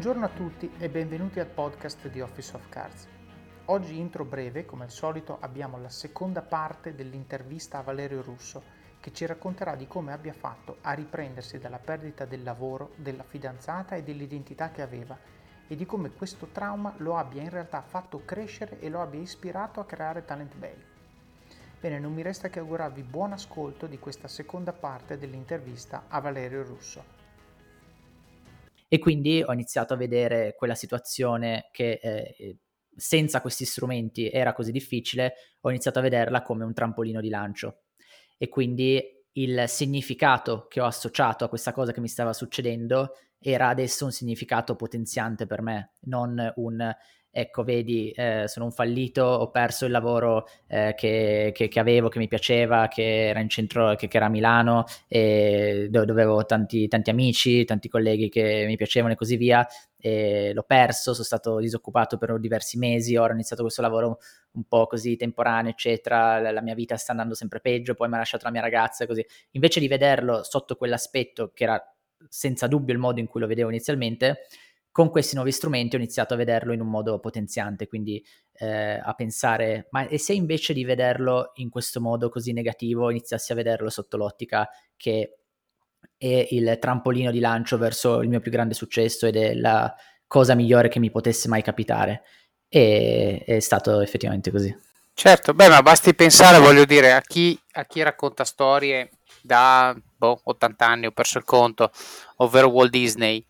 Buongiorno a tutti e benvenuti al podcast di Office of Cards. Oggi intro breve, come al solito abbiamo la seconda parte dell'intervista a Valerio Russo che ci racconterà di come abbia fatto a riprendersi dalla perdita del lavoro, della fidanzata e dell'identità che aveva e di come questo trauma lo abbia in realtà fatto crescere e lo abbia ispirato a creare Talent Bay. Bene, non mi resta che augurarvi buon ascolto di questa seconda parte dell'intervista a Valerio Russo. E quindi ho iniziato a vedere quella situazione che senza questi strumenti era così difficile, ho iniziato a vederla come un trampolino di lancio. E quindi il significato che ho associato a questa cosa che mi stava succedendo era adesso un significato potenziante per me, non un ecco vedi sono un fallito, ho perso il lavoro che avevo, che mi piaceva, che era in centro, che era a Milano, e dove avevo tanti amici, tanti colleghi che mi piacevano e così via, e l'ho perso, sono stato disoccupato per diversi mesi, ora ho iniziato questo lavoro un po' così temporaneo, eccetera, la mia vita sta andando sempre peggio, poi mi ha lasciato la mia ragazza e così. Invece di vederlo sotto quell'aspetto che era senza dubbio il modo in cui lo vedevo inizialmente, con questi nuovi strumenti ho iniziato a vederlo in un modo potenziante, quindi a pensare, ma e se invece di vederlo in questo modo così negativo iniziassi a vederlo sotto l'ottica che è il trampolino di lancio verso il mio più grande successo ed è la cosa migliore che mi potesse mai capitare, e è stato effettivamente così. Certo, beh, ma basti pensare, voglio dire, a chi racconta storie da 80 anni, ho perso il conto, ovvero Walt Disney.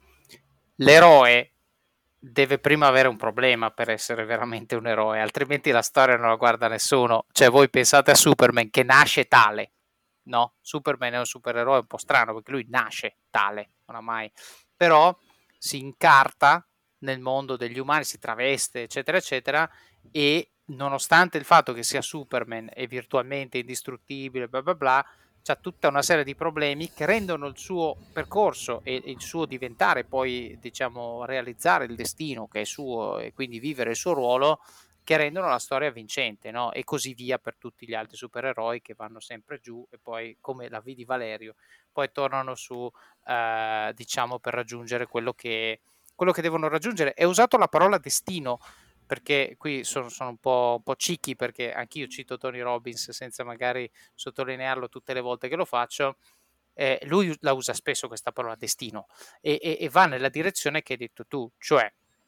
L'eroe deve prima avere un problema per essere veramente un eroe, altrimenti la storia non la guarda nessuno. Cioè, voi pensate a Superman che nasce tale, no? Superman è un supereroe un po' strano perché lui nasce tale, non ha mai, però si incarta nel mondo degli umani, si traveste, eccetera, eccetera, e nonostante il fatto che sia Superman e virtualmente indistruttibile, bla bla bla, c'ha tutta una serie di problemi che rendono il suo percorso e il suo diventare poi, diciamo, realizzare il destino che è suo e quindi vivere il suo ruolo, che rendono la storia vincente, no? E così via per tutti gli altri supereroi che vanno sempre giù e poi, come la V di Valerio, poi tornano su, diciamo, per raggiungere quello che devono raggiungere. E ho usato la parola destino perché qui sono un po' cichi, perché anch'io cito Tony Robbins senza magari sottolinearlo tutte le volte che lo faccio. Lui la usa spesso questa parola destino e va nella direzione che hai detto tu, cioè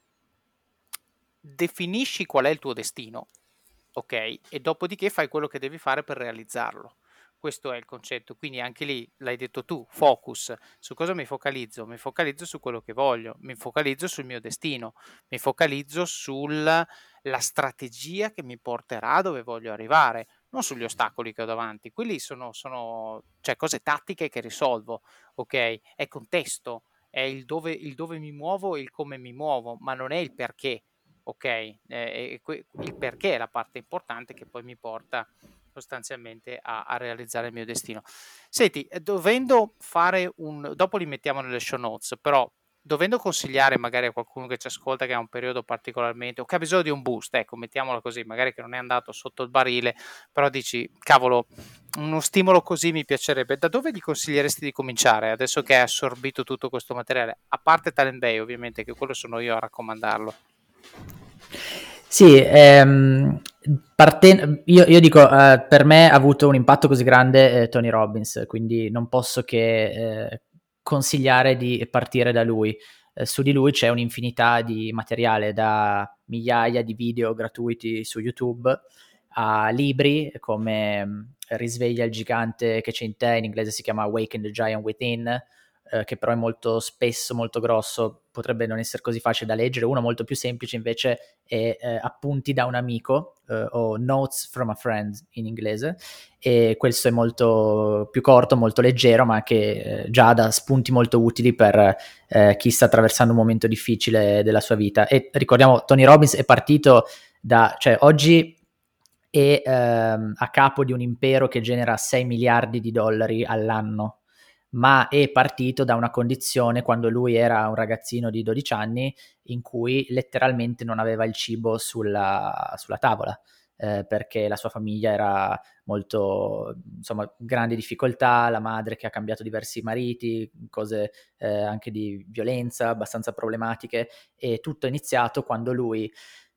definisci qual è il tuo destino, ok? E dopodiché fai quello che devi fare per realizzarlo. Questo è il concetto, quindi anche lì l'hai detto tu, focus. Su cosa mi focalizzo? Mi focalizzo su quello che voglio, mi focalizzo sul mio destino, mi focalizzo sulla strategia che mi porterà dove voglio arrivare, non sugli ostacoli che ho davanti. Quelli sono cioè, cose tattiche che risolvo, ok? È contesto, è il dove mi muovo e il come mi muovo, ma non è il perché. Ok, il perché è la parte importante che poi mi porta sostanzialmente a realizzare il mio destino. Senti, dovendo fare dopo li mettiamo nelle show notes, però dovendo consigliare magari a qualcuno che ci ascolta che ha un periodo particolarmente o che ha bisogno di un boost, ecco, mettiamolo così, magari che non è andato sotto il barile, però dici, cavolo, uno stimolo così mi piacerebbe, da dove gli consiglieresti di cominciare adesso che hai assorbito tutto questo materiale? A parte Talent Day, ovviamente, che quello sono io a raccomandarlo. Sì, io dico, per me ha avuto un impatto così grande Tony Robbins, quindi non posso che consigliare di partire da lui. Su di lui c'è un'infinità di materiale, da migliaia di video gratuiti su YouTube a libri come Risveglia il gigante che c'è in te, in inglese si chiama Awaken the Giant Within, che però è molto spesso, molto grosso, potrebbe non essere così facile da leggere. Uno molto più semplice invece è Appunti da un amico, o Notes from a Friend in inglese, e questo è molto più corto, molto leggero, ma che già dà spunti molto utili per chi sta attraversando un momento difficile della sua vita. E ricordiamo, Tony Robbins è partito cioè oggi è a capo di un impero che genera 6 miliardi di dollari all'anno, ma è partito da una condizione quando lui era un ragazzino di 12 anni in cui letteralmente non aveva il cibo sulla tavola. perché la sua famiglia era molto, insomma, grandi difficoltà, la madre che ha cambiato diversi mariti, cose anche di violenza abbastanza problematiche, e tutto è iniziato quando lui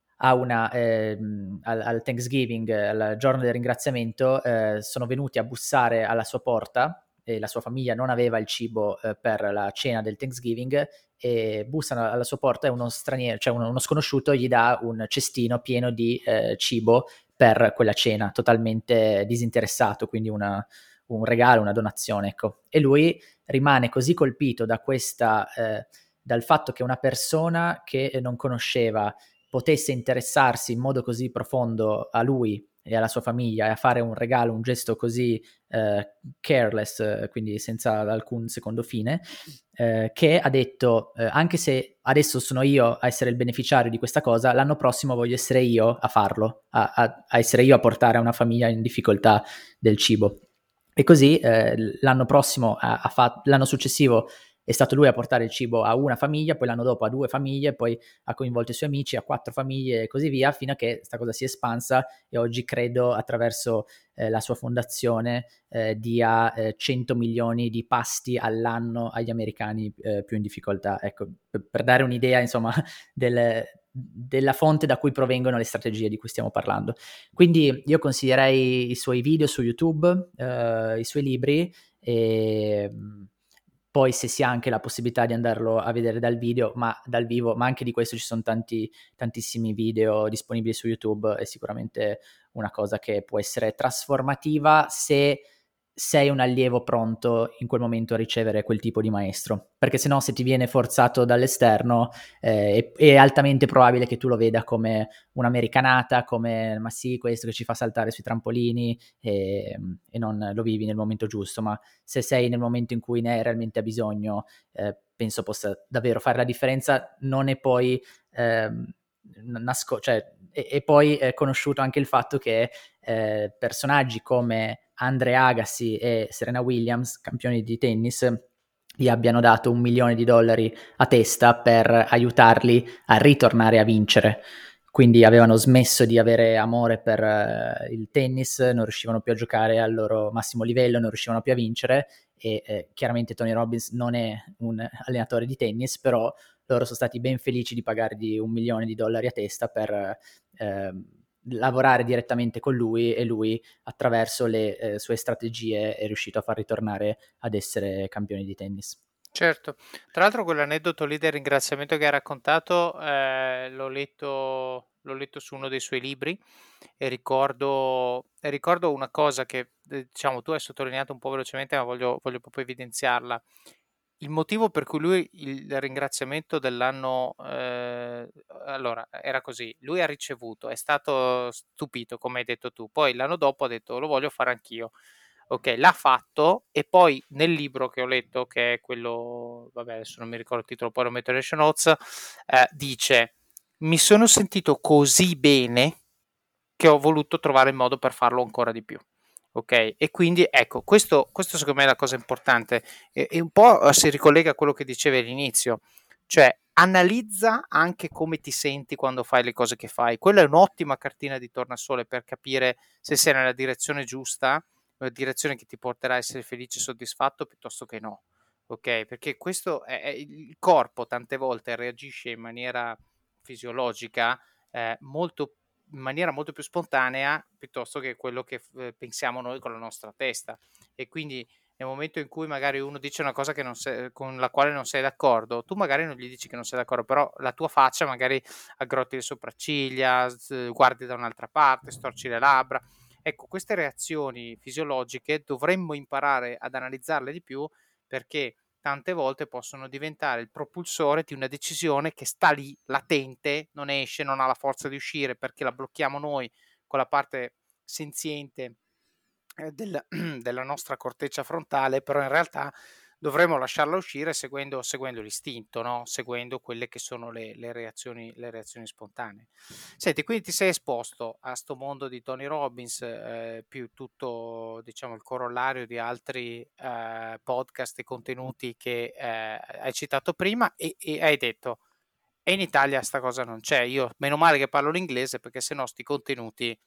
al Thanksgiving, al giorno del ringraziamento, sono venuti a bussare alla sua porta, e la sua famiglia non aveva il cibo per la cena del Thanksgiving, e bussano alla sua porta e uno straniero, cioè uno sconosciuto, gli dà un cestino pieno di cibo per quella cena, totalmente disinteressato, quindi un regalo, una donazione, ecco. E lui rimane così colpito dal fatto che una persona che non conosceva potesse interessarsi in modo così profondo a lui e alla sua famiglia, e a fare un regalo, un gesto così careless, quindi senza alcun secondo fine, che ha detto, anche se adesso sono io a essere il beneficiario di questa cosa, l'anno prossimo voglio essere io a farlo, a essere io a portare a una famiglia in difficoltà del cibo. E così l'anno prossimo, l'anno successivo, è stato lui a portare il cibo a una famiglia, poi l'anno dopo a 2 famiglie, poi ha coinvolto i suoi amici, a 4 famiglie e così via, fino a che questa cosa si è espansa, e oggi credo attraverso la sua fondazione dia 100 milioni di pasti all'anno agli americani più in difficoltà. Ecco, per dare un'idea, insomma, della fonte da cui provengono le strategie di cui stiamo parlando. Quindi io consiglierei i suoi video su YouTube, i suoi libri, e poi se si ha anche la possibilità di andarlo a vedere dal vivo, ma anche di questo ci sono tantissimi video disponibili su YouTube, è sicuramente una cosa che può essere trasformativa se sei un allievo pronto in quel momento a ricevere quel tipo di maestro, perché se no, se ti viene forzato dall'esterno, è altamente probabile che tu lo veda come un'americanata, come ma sì, questo che ci fa saltare sui trampolini, e non lo vivi nel momento giusto. Ma se sei nel momento in cui ne hai realmente bisogno, penso possa davvero fare la differenza. Non è poi cioè, e poi è conosciuto anche il fatto che personaggi come Andre Agassi e Serena Williams, campioni di tennis, gli abbiano dato $1 milione a testa per aiutarli a ritornare a vincere. Quindi avevano smesso di avere amore per il tennis, non riuscivano più a giocare al loro massimo livello, non riuscivano più a vincere, e chiaramente Tony Robbins non è un allenatore di tennis, però loro sono stati ben felici di pagargli $1 milione a testa per lavorare direttamente con lui, e lui attraverso le sue strategie è riuscito a far ritornare ad essere campioni di tennis. Certo, tra l'altro quell'aneddoto lì del ringraziamento che hai raccontato l'ho letto su uno dei suoi libri, e ricordo una cosa che diciamo tu hai sottolineato un po' velocemente, ma voglio proprio evidenziarla. Il motivo per cui lui il ringraziamento dell'anno allora era così: lui ha ricevuto, è stato stupito come hai detto tu, poi l'anno dopo ha detto: "Lo voglio fare anch'io". Okay, l'ha fatto, e poi nel libro che ho letto, che è quello, vabbè adesso non mi ricordo il titolo, poi lo metto nelle show notes, dice: "Mi sono sentito così bene che ho voluto trovare il modo per farlo ancora di più". Okay, e quindi ecco, questo secondo me è la cosa importante, e un po' si ricollega a quello che dicevi all'inizio, cioè analizza anche come ti senti quando fai le cose che fai. Quella è un'ottima cartina di tornasole per capire se sei nella direzione giusta, una direzione che ti porterà a essere felice e soddisfatto, piuttosto che no. Okay, perché questo è il corpo tante volte reagisce in maniera fisiologica, molto in maniera molto più spontanea, piuttosto che quello che pensiamo noi con la nostra testa. E quindi nel momento in cui magari uno dice una cosa che con la quale non sei d'accordo, tu magari non gli dici che non sei d'accordo, però la tua faccia magari aggrotti le sopracciglia, guardi da un'altra parte, storci le labbra. Ecco, queste reazioni fisiologiche dovremmo imparare ad analizzarle di più, perché tante volte possono diventare il propulsore di una decisione che sta lì latente, non esce, non ha la forza di uscire perché la blocchiamo noi con la parte senziente della nostra corteccia frontale, però in realtà dovremmo lasciarla uscire seguendo l'istinto, no? Seguendo quelle che sono le reazioni spontanee. Senti, quindi ti sei esposto a sto mondo di Tony Robbins, più tutto, diciamo, il corollario di altri podcast e contenuti che hai citato prima, e hai detto: e in Italia sta cosa non c'è. Io meno male che parlo l'inglese, perché sennò sti contenuti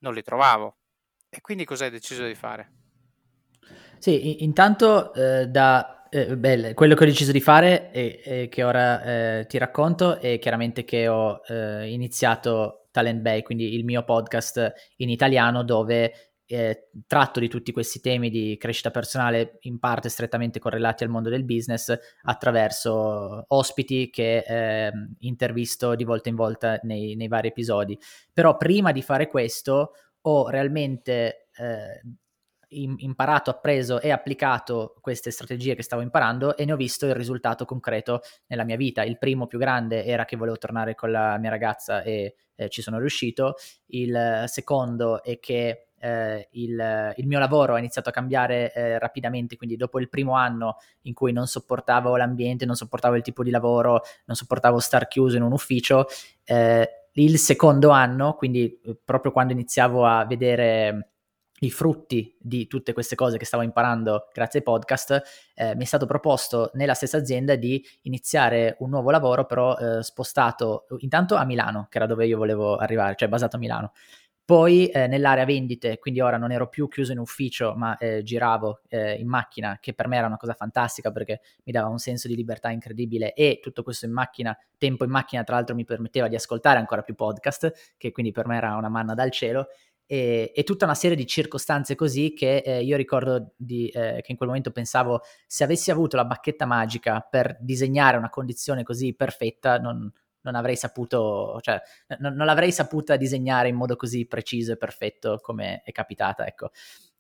non li trovavo. E quindi cosa hai deciso di fare? Sì, intanto quello che ho deciso di fare e che ora ti racconto è chiaramente che ho iniziato Talent Bay, quindi il mio podcast in italiano dove tratto di tutti questi temi di crescita personale in parte strettamente correlati al mondo del business attraverso ospiti che intervisto di volta in volta nei vari episodi. Però prima di fare questo ho realmente imparato, appreso e applicato queste strategie che stavo imparando e ne ho visto il risultato concreto nella mia vita. Il primo più grande era che volevo tornare con la mia ragazza e ci sono riuscito. Il secondo è che il mio lavoro ha iniziato a cambiare rapidamente, quindi dopo il primo anno in cui non sopportavo l'ambiente, non sopportavo il tipo di lavoro, non sopportavo star chiuso in un ufficio, il secondo anno, quindi proprio quando iniziavo a vedere i frutti di tutte queste cose che stavo imparando grazie ai podcast, mi è stato proposto nella stessa azienda di iniziare un nuovo lavoro, però spostato intanto a Milano, che era dove io volevo arrivare, cioè basato a Milano. Poi nell'area vendite, quindi ora non ero più chiuso in ufficio, ma giravo in macchina, che per me era una cosa fantastica perché mi dava un senso di libertà incredibile e tutto questo in macchina, tempo in macchina, tra l'altro mi permetteva di ascoltare ancora più podcast, che quindi per me era una manna dal cielo. E tutta una serie di circostanze così che io ricordo che in quel momento pensavo se avessi avuto la bacchetta magica per disegnare una condizione così perfetta non avrei saputo, cioè non l'avrei saputa disegnare in modo così preciso e perfetto come è capitata, ecco.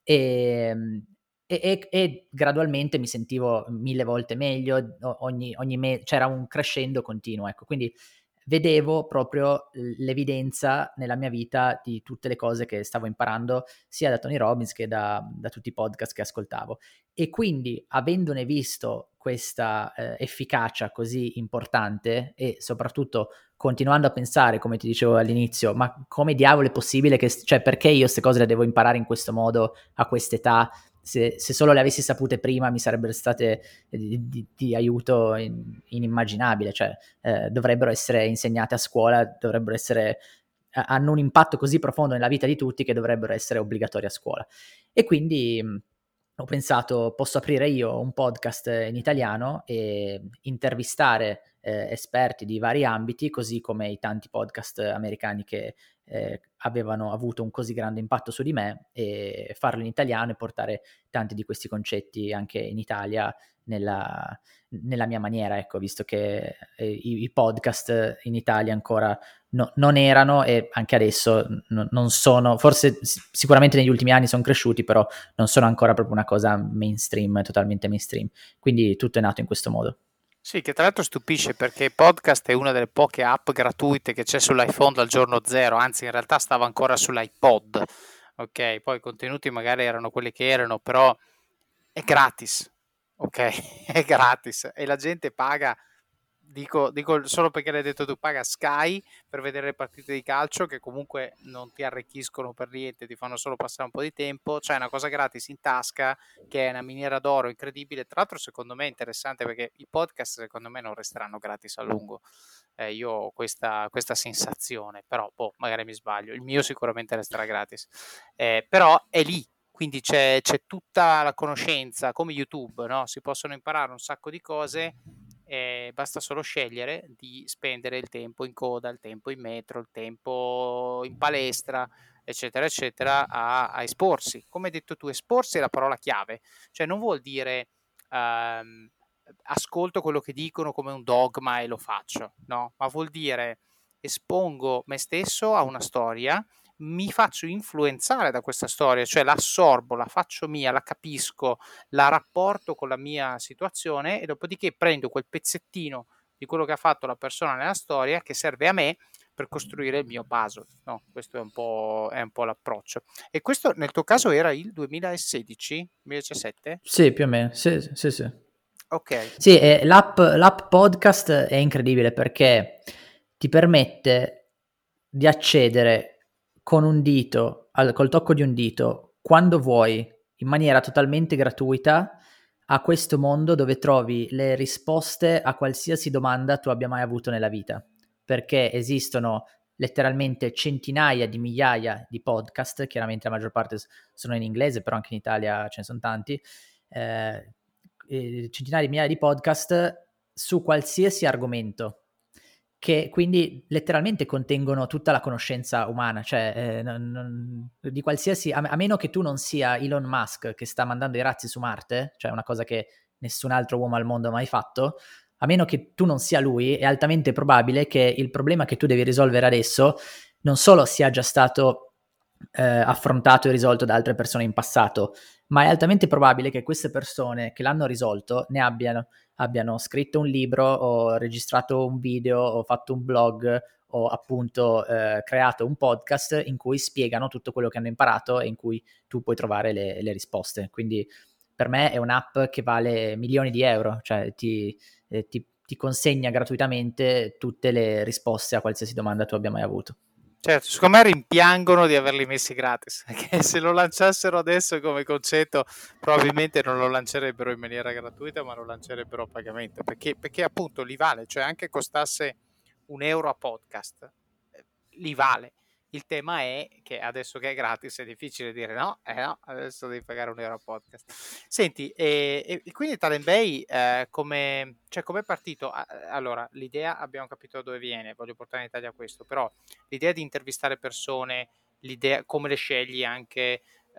E gradualmente mi sentivo 1000 volte meglio, c'era un crescendo continuo, ecco. Quindi vedevo proprio l'evidenza nella mia vita di tutte le cose che stavo imparando sia da Tony Robbins che da tutti i podcast che ascoltavo. E quindi, avendone visto questa efficacia così importante e soprattutto continuando a pensare, come ti dicevo all'inizio, ma come diavolo è possibile cioè perché io queste cose le devo imparare in questo modo a quest'età? Se solo le avessi sapute prima mi sarebbero state di aiuto inimmaginabile, cioè dovrebbero essere insegnate a scuola, hanno un impatto così profondo nella vita di tutti che dovrebbero essere obbligatori a scuola. E quindi ho pensato, posso aprire io un podcast in italiano e intervistare esperti di vari ambiti, così come i tanti podcast americani che avevano avuto un così grande impatto su di me, e farlo in italiano e portare tanti di questi concetti anche in Italia nella mia maniera, ecco, visto che i podcast in Italia ancora non erano e anche adesso non sono, forse sicuramente negli ultimi anni sono cresciuti, però non sono ancora proprio una cosa mainstream, totalmente mainstream. Quindi tutto è nato in questo modo. Sì, che tra l'altro stupisce perché podcast è una delle poche app gratuite che c'è sull'iPhone dal giorno zero, anzi in realtà stava ancora sull'iPod, ok? Poi i contenuti magari erano quelli che erano, però è gratis, ok? È gratis e la gente paga, dico solo perché l'hai detto tu, paga Sky per vedere le partite di calcio che comunque non ti arricchiscono per niente, ti fanno solo passare un po' di tempo, c'è una cosa gratis in tasca che è una miniera d'oro incredibile. Tra l'altro secondo me è interessante perché i podcast secondo me non resteranno gratis a lungo, io ho questa sensazione, però magari mi sbaglio, il mio sicuramente resterà gratis, però è lì, quindi c'è tutta la conoscenza come YouTube, no? Si possono imparare un sacco di cose, basta solo scegliere di spendere il tempo in coda, il tempo in metro, il tempo in palestra, eccetera eccetera, a esporsi. Come hai detto tu, esporsi è la parola chiave, cioè non vuol dire ascolto quello che dicono come un dogma e lo faccio, no? Ma vuol dire espongo me stesso a una storia, mi faccio influenzare da questa storia, cioè la assorbo, la faccio mia, la capisco, la rapporto con la mia situazione e dopodiché prendo quel pezzettino di quello che ha fatto la persona nella storia che serve a me per costruire il mio puzzle, no? Questo è un po' l'approccio. E questo nel tuo caso era il 2016, 2017? Sì, più o meno, sì. Ok. Sì, l'app podcast è incredibile perché ti permette di accedere con un dito, col tocco di un dito, quando vuoi, in maniera totalmente gratuita, a questo mondo dove trovi le risposte a qualsiasi domanda tu abbia mai avuto nella vita. Perché esistono letteralmente centinaia di migliaia di podcast, chiaramente la maggior parte sono in inglese, però anche in Italia ce ne sono tanti, centinaia di migliaia di podcast su qualsiasi argomento, che quindi letteralmente contengono tutta la conoscenza umana, cioè di qualsiasi, a meno che tu non sia Elon Musk che sta mandando i razzi su Marte, cioè una cosa che nessun altro uomo al mondo ha mai fatto, a meno che tu non sia lui, è altamente probabile che il problema che tu devi risolvere adesso non solo sia già stato affrontato e risolto da altre persone in passato, ma è altamente probabile che queste persone che l'hanno risolto ne abbiano scritto un libro o registrato un video o fatto un blog o appunto creato un podcast in cui spiegano tutto quello che hanno imparato e in cui tu puoi trovare le risposte. Quindi per me è un'app che vale milioni di euro, cioè ti consegna gratuitamente tutte le risposte a qualsiasi domanda tu abbia mai avuto. Certo, secondo me rimpiangono di averli messi gratis, perché se lo lanciassero adesso come concetto probabilmente non lo lancerebbero in maniera gratuita, ma lo lancerebbero a pagamento, perché appunto li vale, cioè anche costasse €1 a podcast, li vale. Il tema è che adesso che è gratis è difficile dire no, no, adesso devi pagare €1 a podcast. Senti, e quindi Talent Bay come è partito? Allora, l'idea abbiamo capito da dove viene, voglio portare in Italia questo, però l'idea di intervistare persone, l'idea come le scegli anche,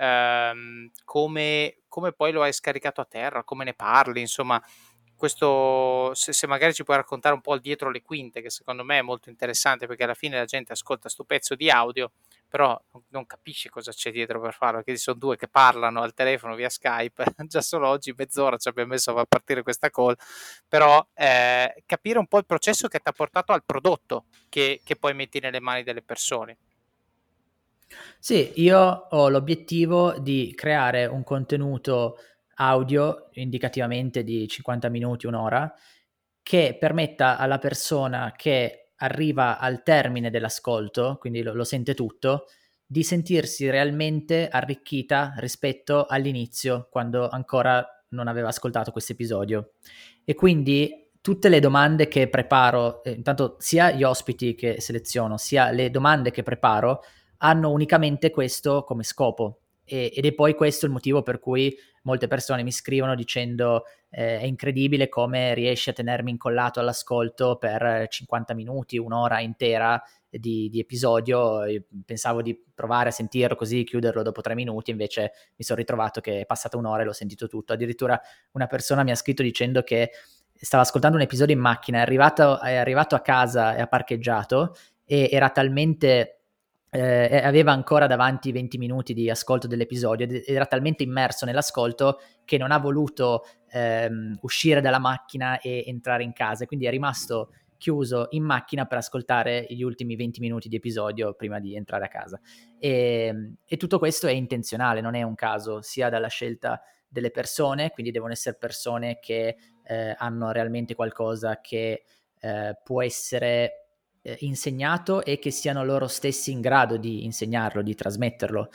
come poi lo hai scaricato a terra, come ne parli, insomma, questo se magari ci puoi raccontare un po' il dietro le quinte, che secondo me è molto interessante, perché alla fine la gente ascolta 'sto pezzo di audio, però non capisce cosa c'è dietro per farlo, perché ci son 2 che parlano al telefono via Skype, già solo oggi mezz'ora ci abbiam messo a far partire questa call, però, capire un po' il processo che t'ha portato al prodotto che poi metti nelle mani delle persone. Sì, io ho l'obiettivo di creare un contenuto audio, indicativamente di 50 minuti, 1 ora, che permetta alla persona che arriva al termine dell'ascolto, quindi lo sente tutto, di sentirsi realmente arricchita rispetto all'inizio, quando ancora non aveva ascoltato questo episodio. E quindi tutte le domande che preparo, intanto sia gli ospiti che seleziono, sia le domande che preparo, hanno unicamente questo come scopo. Ed è poi questo il motivo per cui molte persone mi scrivono dicendo è incredibile come riesci a tenermi incollato all'ascolto per 50 minuti, 1 ora intera di episodio. Io pensavo di provare a sentirlo così, chiuderlo dopo 3 minuti, invece mi sono ritrovato che è passata 1 ora e l'ho sentito tutto. Addirittura una persona mi ha scritto dicendo che stava ascoltando un episodio in macchina, è arrivato a casa e ha parcheggiato e era talmente aveva ancora davanti 20 minuti di ascolto dell'episodio ed era talmente immerso nell'ascolto che non ha voluto uscire dalla macchina e entrare in casa, quindi è rimasto chiuso in macchina per ascoltare gli ultimi 20 minuti di episodio prima di entrare a casa. E tutto questo è intenzionale, non è un caso, sia dalla scelta delle persone, quindi devono essere persone che hanno realmente qualcosa che può essere insegnato e che siano loro stessi in grado di insegnarlo, di trasmetterlo,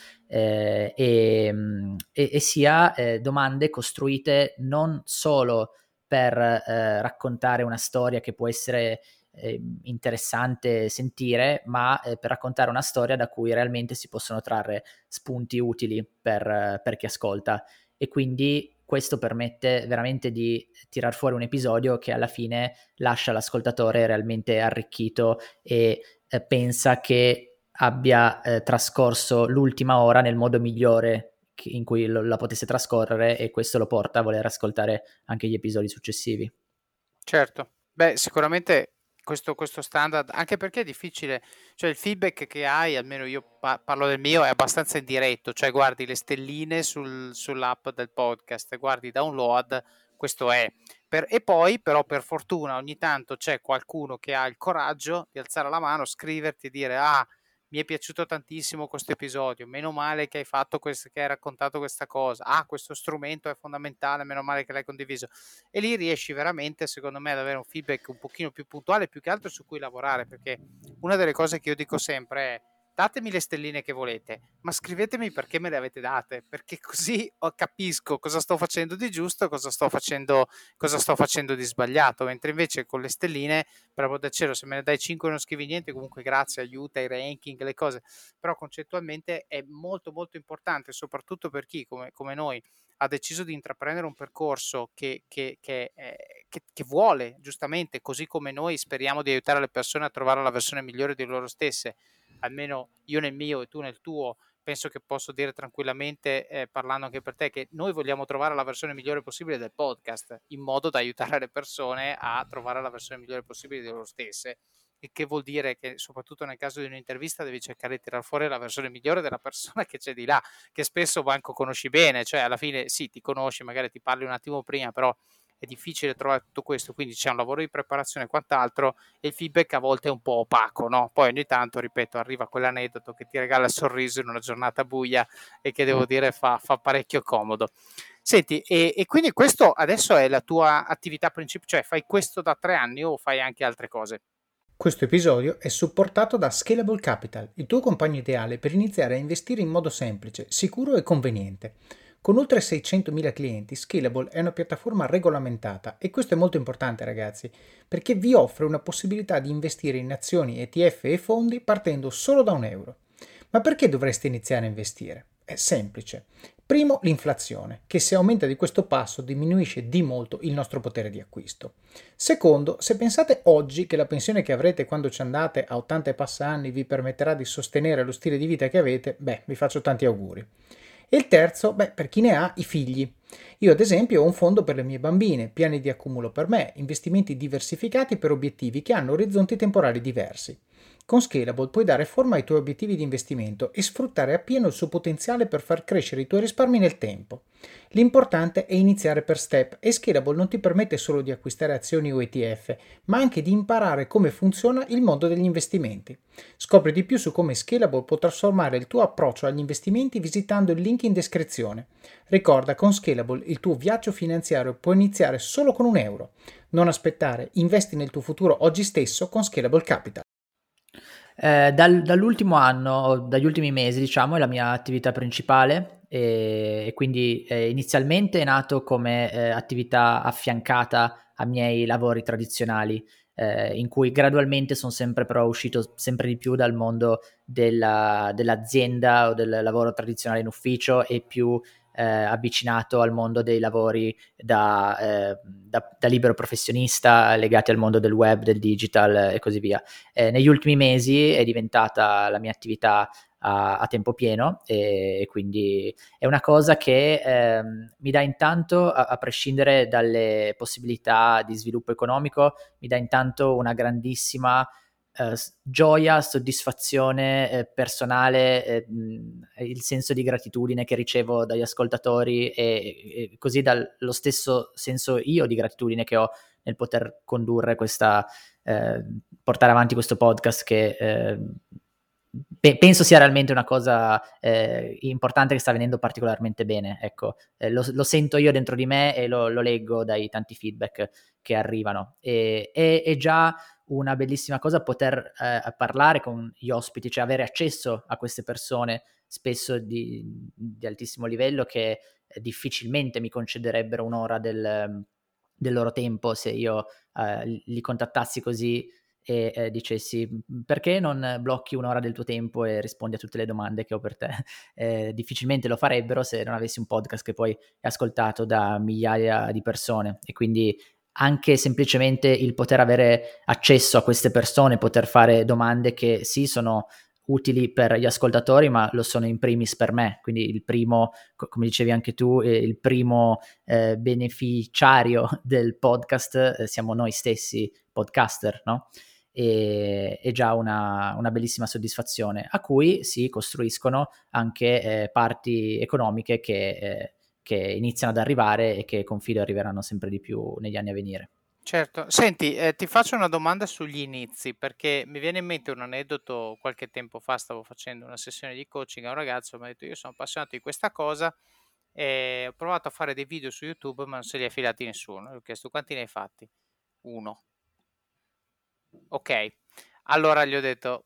e sia domande costruite non solo per raccontare una storia che può essere interessante sentire, ma per raccontare una storia da cui realmente si possono trarre spunti utili per chi ascolta. E quindi questo permette veramente di tirar fuori un episodio che alla fine lascia l'ascoltatore realmente arricchito e pensa che abbia trascorso l'ultima ora nel modo migliore in cui la potesse trascorrere, e questo lo porta a voler ascoltare anche gli episodi successivi. Certo, beh, sicuramente questo standard, anche perché è difficile, cioè il feedback che hai, almeno io parlo del mio, è abbastanza indiretto, cioè guardi le stelline sull'app del podcast, guardi i download, questo è. E poi però per fortuna ogni tanto c'è qualcuno che ha il coraggio di alzare la mano, scriverti e dire mi è piaciuto tantissimo questo episodio, meno male che hai fatto questo, che hai raccontato questa cosa, questo strumento è fondamentale, meno male che l'hai condiviso. E lì riesci veramente, secondo me, ad avere un feedback un pochino più puntuale, più che altro su cui lavorare, perché una delle cose che io dico sempre è: datemi le stelline che volete, ma scrivetemi perché me le avete date, perché così capisco cosa sto facendo di giusto e cosa sto facendo di sbagliato, mentre invece con le stelline, per amor del cielo, se me ne dai 5 e non scrivi niente, comunque grazie, aiuta i ranking, le cose, però concettualmente è molto molto importante, soprattutto per chi come noi ha deciso di intraprendere un percorso che vuole, giustamente, così come noi speriamo di aiutare le persone a trovare la versione migliore di loro stesse, almeno io nel mio e tu nel tuo, penso che posso dire tranquillamente, parlando anche per te, che noi vogliamo trovare la versione migliore possibile del podcast, in modo da aiutare le persone a trovare la versione migliore possibile di loro stesse. Il che vuol dire che, soprattutto nel caso di un'intervista, devi cercare di tirar fuori la versione migliore della persona che c'è di là, che spesso manco conosci bene, cioè alla fine sì, ti conosci, magari ti parli un attimo prima, però è difficile trovare tutto questo, quindi c'è un lavoro di preparazione e quant'altro, e il feedback a volte è un po' opaco, no? Poi ogni tanto, ripeto, arriva quell'aneddoto che ti regala il sorriso in una giornata buia e che devo dire fa parecchio comodo. Senti, e quindi questo adesso è la tua attività principale, cioè fai questo da 3 anni o fai anche altre cose? Questo episodio è supportato da Scalable Capital, il tuo compagno ideale per iniziare a investire in modo semplice, sicuro e conveniente. Con oltre 600.000 clienti, Scalable è una piattaforma regolamentata e questo è molto importante, ragazzi, perché vi offre una possibilità di investire in azioni, ETF e fondi partendo solo da €1. Ma perché dovreste iniziare a investire? È semplice. Primo, l'inflazione, che se aumenta di questo passo diminuisce di molto il nostro potere di acquisto. Secondo, se pensate oggi che la pensione che avrete quando ci andate a 80 e passa anni vi permetterà di sostenere lo stile di vita che avete, vi faccio tanti auguri. E il terzo, per chi ne ha, i figli. Io ad esempio ho un fondo per le mie bambine, piani di accumulo per me, investimenti diversificati per obiettivi che hanno orizzonti temporali diversi. Con Scalable puoi dare forma ai tuoi obiettivi di investimento e sfruttare appieno il suo potenziale per far crescere i tuoi risparmi nel tempo. L'importante è iniziare per step e Scalable non ti permette solo di acquistare azioni o ETF, ma anche di imparare come funziona il mondo degli investimenti. Scopri di più su come Scalable può trasformare il tuo approccio agli investimenti visitando il link in descrizione. Ricorda, con Scalable il tuo viaggio finanziario può iniziare solo con €1. Non aspettare, investi nel tuo futuro oggi stesso con Scalable Capital. Dall'ultimo anno, dagli ultimi mesi, diciamo, è la mia attività principale e quindi inizialmente è nato come attività affiancata a miei lavori tradizionali, in cui gradualmente sono sempre però uscito sempre di più dal mondo dell'azienda o del lavoro tradizionale in ufficio e più avvicinato al mondo dei lavori da libero professionista legati al mondo del web, del digital e così via. Negli ultimi mesi è diventata la mia attività a tempo pieno e quindi è una cosa che mi dà intanto, a prescindere dalle possibilità di sviluppo economico, mi dà intanto una grandissima gioia, soddisfazione personale, il senso di gratitudine che ricevo dagli ascoltatori e così dallo stesso senso io di gratitudine che ho nel poter condurre questa portare avanti questo podcast che penso sia realmente una cosa importante che sta venendo particolarmente bene, ecco. Lo sento io dentro di me e lo leggo dai tanti feedback che arrivano. È già una bellissima cosa poter parlare con gli ospiti, cioè avere accesso a queste persone spesso di altissimo livello che difficilmente mi concederebbero un'ora del loro tempo se io li contattassi così e dicessi perché non blocchi un'ora del tuo tempo e rispondi a tutte le domande che ho per te. Difficilmente lo farebbero se non avessi un podcast che poi è ascoltato da migliaia di persone e quindi anche semplicemente il poter avere accesso a queste persone, poter fare domande che sì sono utili per gli ascoltatori ma lo sono in primis per me, quindi il primo, come dicevi anche tu, il primo beneficiario del podcast siamo noi stessi podcaster, no? È già una bellissima soddisfazione a cui si costruiscono anche parti economiche che iniziano ad arrivare e che confido arriveranno sempre di più negli anni a venire. Certo, senti, ti faccio una domanda sugli inizi, perché mi viene in mente un aneddoto. Qualche tempo fa stavo facendo una sessione di coaching a un ragazzo, mi ha detto io sono appassionato di questa cosa e ho provato a fare dei video su YouTube ma non se li ha filati nessuno. Gli ho chiesto quanti ne hai fatti? Uno. Ok, allora gli ho detto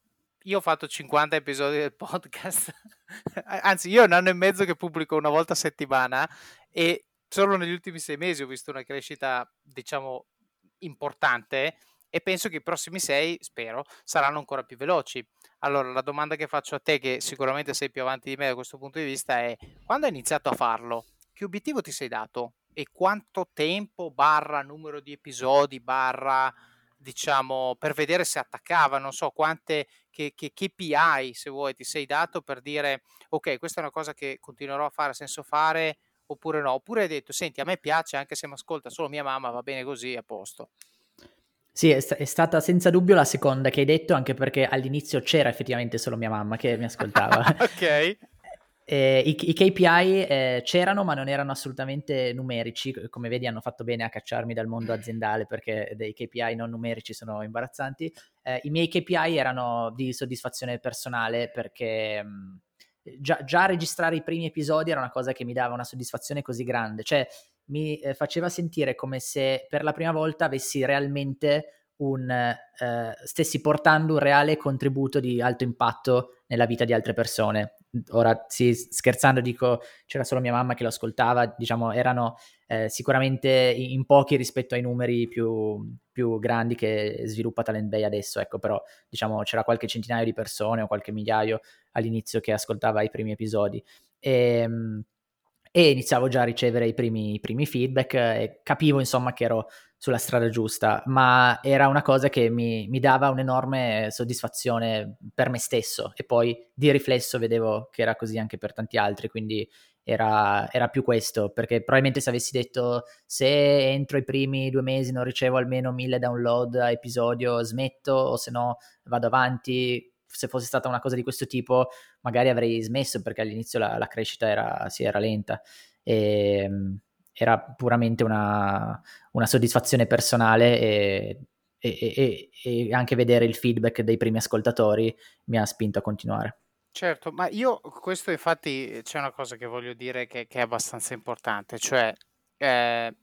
io ho fatto 50 episodi del podcast, anzi io è 1 anno e mezzo che pubblico una volta a settimana e solo negli ultimi 6 mesi ho visto una crescita, diciamo, importante e penso che i prossimi 6, spero, saranno ancora più veloci. Allora, la domanda che faccio a te, che sicuramente sei più avanti di me da questo punto di vista, è: quando hai iniziato a farlo, che obiettivo ti sei dato? E quanto tempo barra numero di episodi barra, diciamo, per vedere se attaccava, non so quante che KPI, se vuoi, ti sei dato per dire ok, questa è una cosa che continuerò a fare, ha senso fare oppure no? Oppure hai detto senti, a me piace anche se mi ascolta solo mia mamma, va bene così, a posto. Sì, è stata senza dubbio la seconda che hai detto, anche perché all'inizio c'era effettivamente solo mia mamma che mi ascoltava. Ok. I KPI c'erano, ma non erano assolutamente numerici. Come vedi, hanno fatto bene a cacciarmi dal mondo aziendale perché dei KPI non numerici sono imbarazzanti. I miei KPI erano di soddisfazione personale perché già registrare i primi episodi era una cosa che mi dava una soddisfazione così grande. Cioè, mi faceva sentire come se per la prima volta avessi realmente stessi portando un reale contributo di alto impatto nella vita di altre persone. Ora, sì, scherzando dico, c'era solo mia mamma che lo ascoltava, diciamo, erano sicuramente in pochi rispetto ai numeri più grandi che sviluppa Talent Bay adesso, ecco, però diciamo c'era qualche centinaio di persone o qualche migliaio all'inizio che ascoltava i primi episodi. E iniziavo già a ricevere i primi feedback e capivo insomma che ero sulla strada giusta, ma era una cosa che mi dava un'enorme soddisfazione per me stesso e poi di riflesso vedevo che era così anche per tanti altri, quindi era più questo, perché probabilmente se avessi detto se entro i primi 2 mesi non ricevo almeno 1000 download a episodio smetto o se no vado avanti, se fosse stata una cosa di questo tipo magari avrei smesso perché all'inizio la crescita era lenta e era puramente una soddisfazione personale e anche vedere il feedback dei primi ascoltatori mi ha spinto a continuare. Certo, ma io questo infatti c'è una cosa che voglio dire che è abbastanza importante, cioè eh,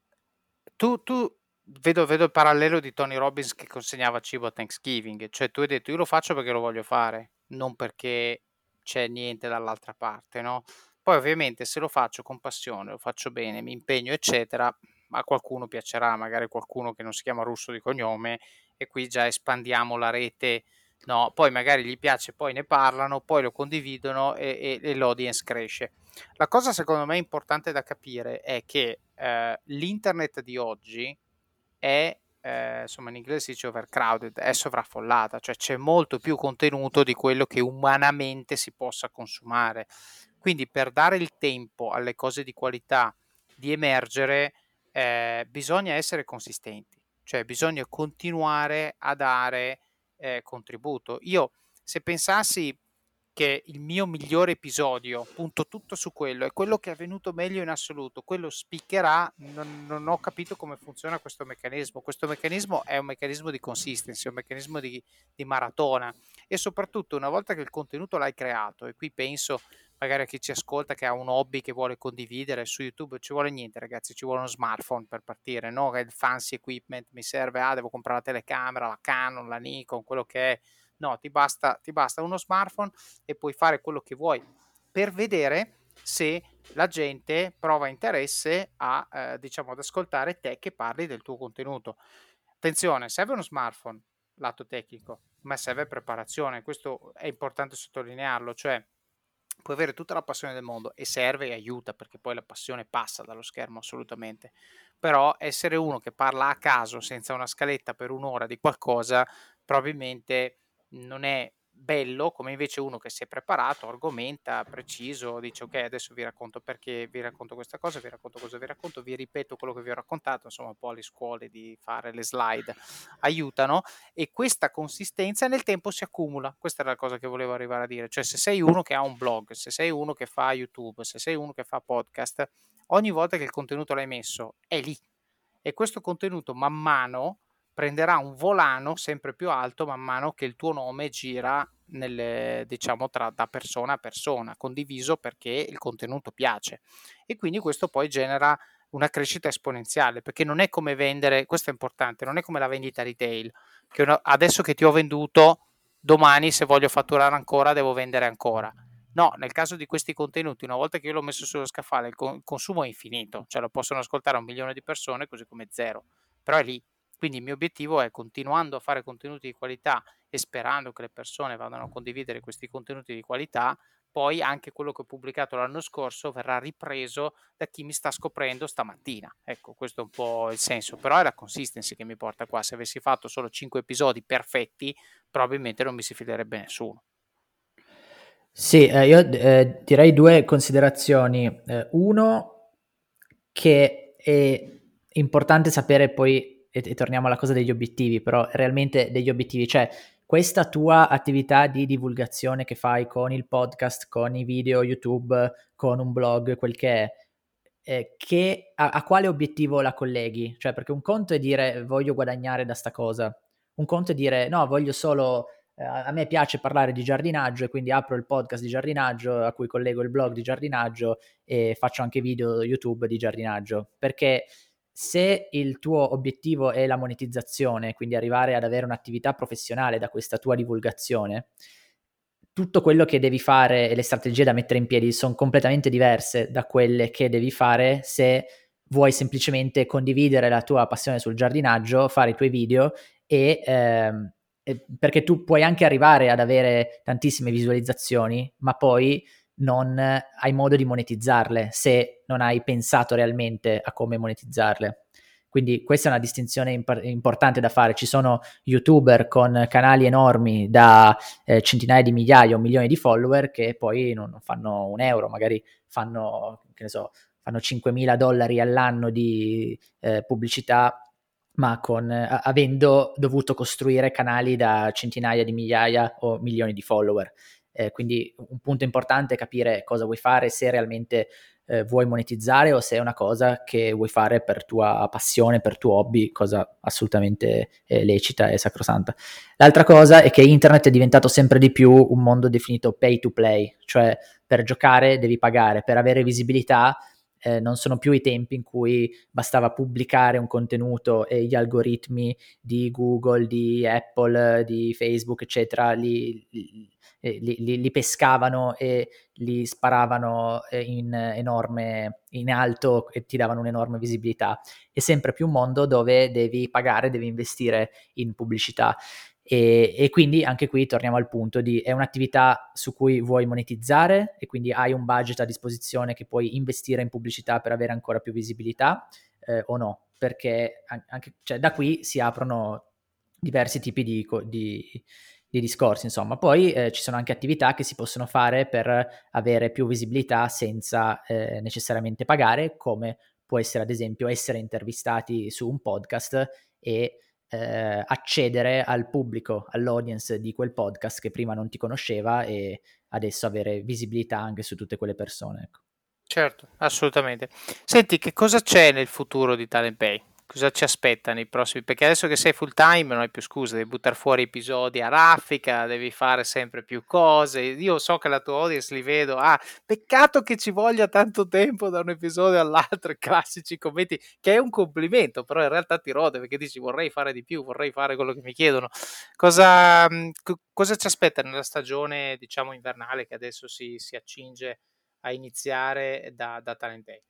tu vedo il parallelo di Tony Robbins che consegnava cibo a Thanksgiving, cioè tu hai detto io lo faccio perché lo voglio fare, non perché c'è niente dall'altra parte, no? Poi ovviamente se lo faccio con passione, lo faccio bene, mi impegno, eccetera, a qualcuno piacerà, magari qualcuno che non si chiama Russo di cognome, e qui già espandiamo la rete, no? Poi magari gli piace, poi ne parlano, poi lo condividono e l'audience cresce. La cosa secondo me importante da capire è che l'internet di oggi è, insomma in inglese si dice overcrowded, è sovraffollata, cioè c'è molto più contenuto di quello che umanamente si possa consumare. Quindi per dare il tempo alle cose di qualità di emergere bisogna essere consistenti, cioè bisogna continuare a dare contributo. Io se pensassi che il mio migliore episodio, punto tutto su quello, è quello che è venuto meglio in assoluto, quello spiccherà, non ho capito come funziona questo meccanismo. Questo meccanismo è un meccanismo di consistency, è un meccanismo di maratona e soprattutto una volta che il contenuto l'hai creato, e qui penso magari a chi ci ascolta che ha un hobby che vuole condividere su YouTube, ci vuole niente ragazzi, ci vuole uno smartphone per partire, no? Il fancy equipment mi serve, devo comprare la telecamera, la Canon, la Nikon, quello che è. No, ti basta uno smartphone e puoi fare quello che vuoi per vedere se la gente prova interesse diciamo, ad ascoltare te che parli del tuo contenuto. Attenzione, serve uno smartphone, lato tecnico, ma serve preparazione, questo è importante sottolinearlo, cioè puoi avere tutta la passione del mondo e serve e aiuta perché poi la passione passa dallo schermo assolutamente, però essere uno che parla a caso senza una scaletta per un'ora di qualcosa probabilmente non è bello, come invece uno che si è preparato, argomenta, preciso, dice ok adesso vi racconto perché, vi racconto questa cosa, vi racconto cosa vi racconto, vi ripeto quello che vi ho raccontato, insomma un po' le scuole di fare le slide aiutano e questa consistenza nel tempo si accumula. Questa era la cosa che volevo arrivare a dire, cioè se sei uno che ha un blog, se sei uno che fa YouTube, se sei uno che fa podcast, ogni volta che il contenuto l'hai messo è lì e questo contenuto man mano prenderà un volano sempre più alto man mano che il tuo nome gira diciamo da persona a persona, condiviso perché il contenuto piace e quindi questo poi genera una crescita esponenziale perché non è come vendere, questo è importante, non è come la vendita retail che adesso che ti ho venduto domani se voglio fatturare ancora devo vendere ancora. No, nel caso di questi contenuti, una volta che io l'ho messo sullo scaffale, il consumo è infinito, cioè lo possono ascoltare 1 milione di persone così come 0, però è lì. Quindi il mio obiettivo è, continuando a fare contenuti di qualità e sperando che le persone vadano a condividere questi contenuti di qualità, poi anche quello che ho pubblicato l'anno scorso verrà ripreso da chi mi sta scoprendo stamattina. Ecco, questo è un po' il senso, però è la consistency che mi porta qua. Se avessi fatto solo 5 episodi perfetti, probabilmente non mi si fiderebbe nessuno. Sì, io direi 2 considerazioni. Uno, che è importante sapere poi, e torniamo alla cosa degli obiettivi, però realmente degli obiettivi, cioè questa tua attività di divulgazione che fai con il podcast, con i video YouTube, con un blog, quel che è, a quale obiettivo la colleghi? Cioè, perché un conto è dire voglio guadagnare da sta cosa, un conto è dire no, voglio solo a me piace parlare di giardinaggio e quindi apro il podcast di giardinaggio a cui collego il blog di giardinaggio e faccio anche video YouTube di giardinaggio, perché se il tuo obiettivo è la monetizzazione, quindi arrivare ad avere un'attività professionale da questa tua divulgazione, tutto quello che devi fare e le strategie da mettere in piedi sono completamente diverse da quelle che devi fare se vuoi semplicemente condividere la tua passione sul giardinaggio, fare i tuoi video perché tu puoi anche arrivare ad avere tantissime visualizzazioni, ma poi non hai modo di monetizzarle se non hai pensato realmente a come monetizzarle. Quindi questa è una distinzione importante da fare. Ci sono YouTuber con canali enormi da centinaia di migliaia o milioni di follower che poi non fanno un euro, magari fanno, che ne so, fanno $5.000 all'anno di pubblicità, ma avendo dovuto costruire canali da centinaia di migliaia o milioni di follower. Quindi un punto importante è capire cosa vuoi fare, se realmente vuoi monetizzare o se è una cosa che vuoi fare per tua passione, per tuo hobby, cosa assolutamente lecita e sacrosanta. L'altra cosa è che internet è diventato sempre di più un mondo definito pay to play, cioè per giocare devi pagare, per avere visibilità non sono più i tempi in cui bastava pubblicare un contenuto e gli algoritmi di Google, di Apple, di Facebook, eccetera, li pescavano e li sparavano in alto e ti davano un'enorme visibilità. È sempre più un mondo dove devi pagare, devi investire in pubblicità. E quindi anche qui torniamo al punto di è un'attività su cui vuoi monetizzare e quindi hai un budget a disposizione che puoi investire in pubblicità per avere ancora più visibilità o no, perché anche, cioè, da qui si aprono diversi tipi di discorsi, insomma. Poi ci sono anche attività che si possono fare per avere più visibilità senza necessariamente pagare, come può essere ad esempio essere intervistati su un podcast e accedere al pubblico, all'audience di quel podcast che prima non ti conosceva e adesso avere visibilità anche su tutte quelle persone. Ecco. Certo, assolutamente. Senti, che cosa c'è nel futuro di Talent Pay? Cosa ci aspetta nei prossimi? Perché adesso che sei full time non hai più scuse, devi buttare fuori episodi a raffica, devi fare sempre più cose. Io so che la tua audience li vedo. Ah, peccato che ci voglia tanto tempo da un episodio all'altro, i classici commenti, che è un complimento, però in realtà ti rode perché dici vorrei fare di più, vorrei fare quello che mi chiedono. Cosa ci aspetta nella stagione, diciamo, invernale che adesso si accinge a iniziare da Talent Pay?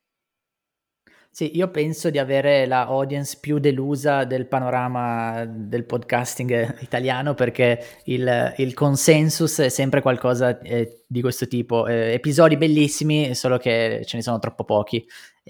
Sì, io penso di avere la audience più delusa del panorama del podcasting italiano perché il consensus è sempre qualcosa di questo tipo. Episodi bellissimi, solo che ce ne sono troppo pochi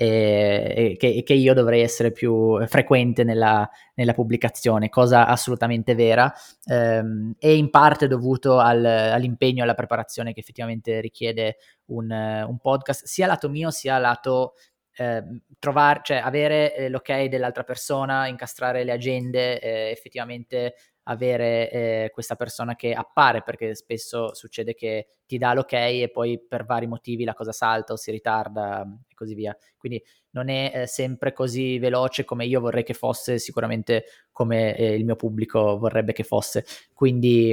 e che io dovrei essere più frequente nella pubblicazione, cosa assolutamente vera, e in parte dovuto all'impegno e alla preparazione che effettivamente richiede un podcast, sia lato mio sia lato trovare, cioè avere l'ok dell'altra persona, incastrare le agende, effettivamente avere questa persona che appare, perché spesso succede che ti dà l'ok e poi per vari motivi la cosa salta o si ritarda e così via. Quindi non è sempre così veloce come io vorrei che fosse, sicuramente come il mio pubblico vorrebbe che fosse. Quindi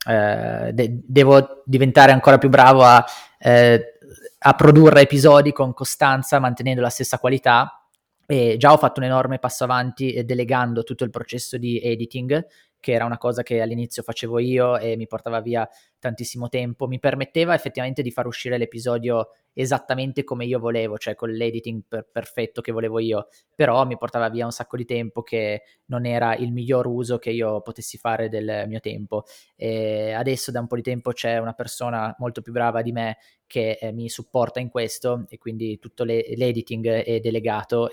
devo diventare ancora più bravo a produrre episodi con costanza, mantenendo la stessa qualità. E già ho fatto un enorme passo avanti delegando tutto il processo di editing, che era una cosa che all'inizio facevo io e mi portava via tantissimo tempo, mi permetteva effettivamente di far uscire l'episodio esattamente come io volevo, cioè con l'editing perfetto che volevo io, però mi portava via un sacco di tempo che non era il miglior uso che io potessi fare del mio tempo. E adesso da un po' di tempo c'è una persona molto più brava di me che mi supporta in questo, e quindi tutto l'editing è delegato,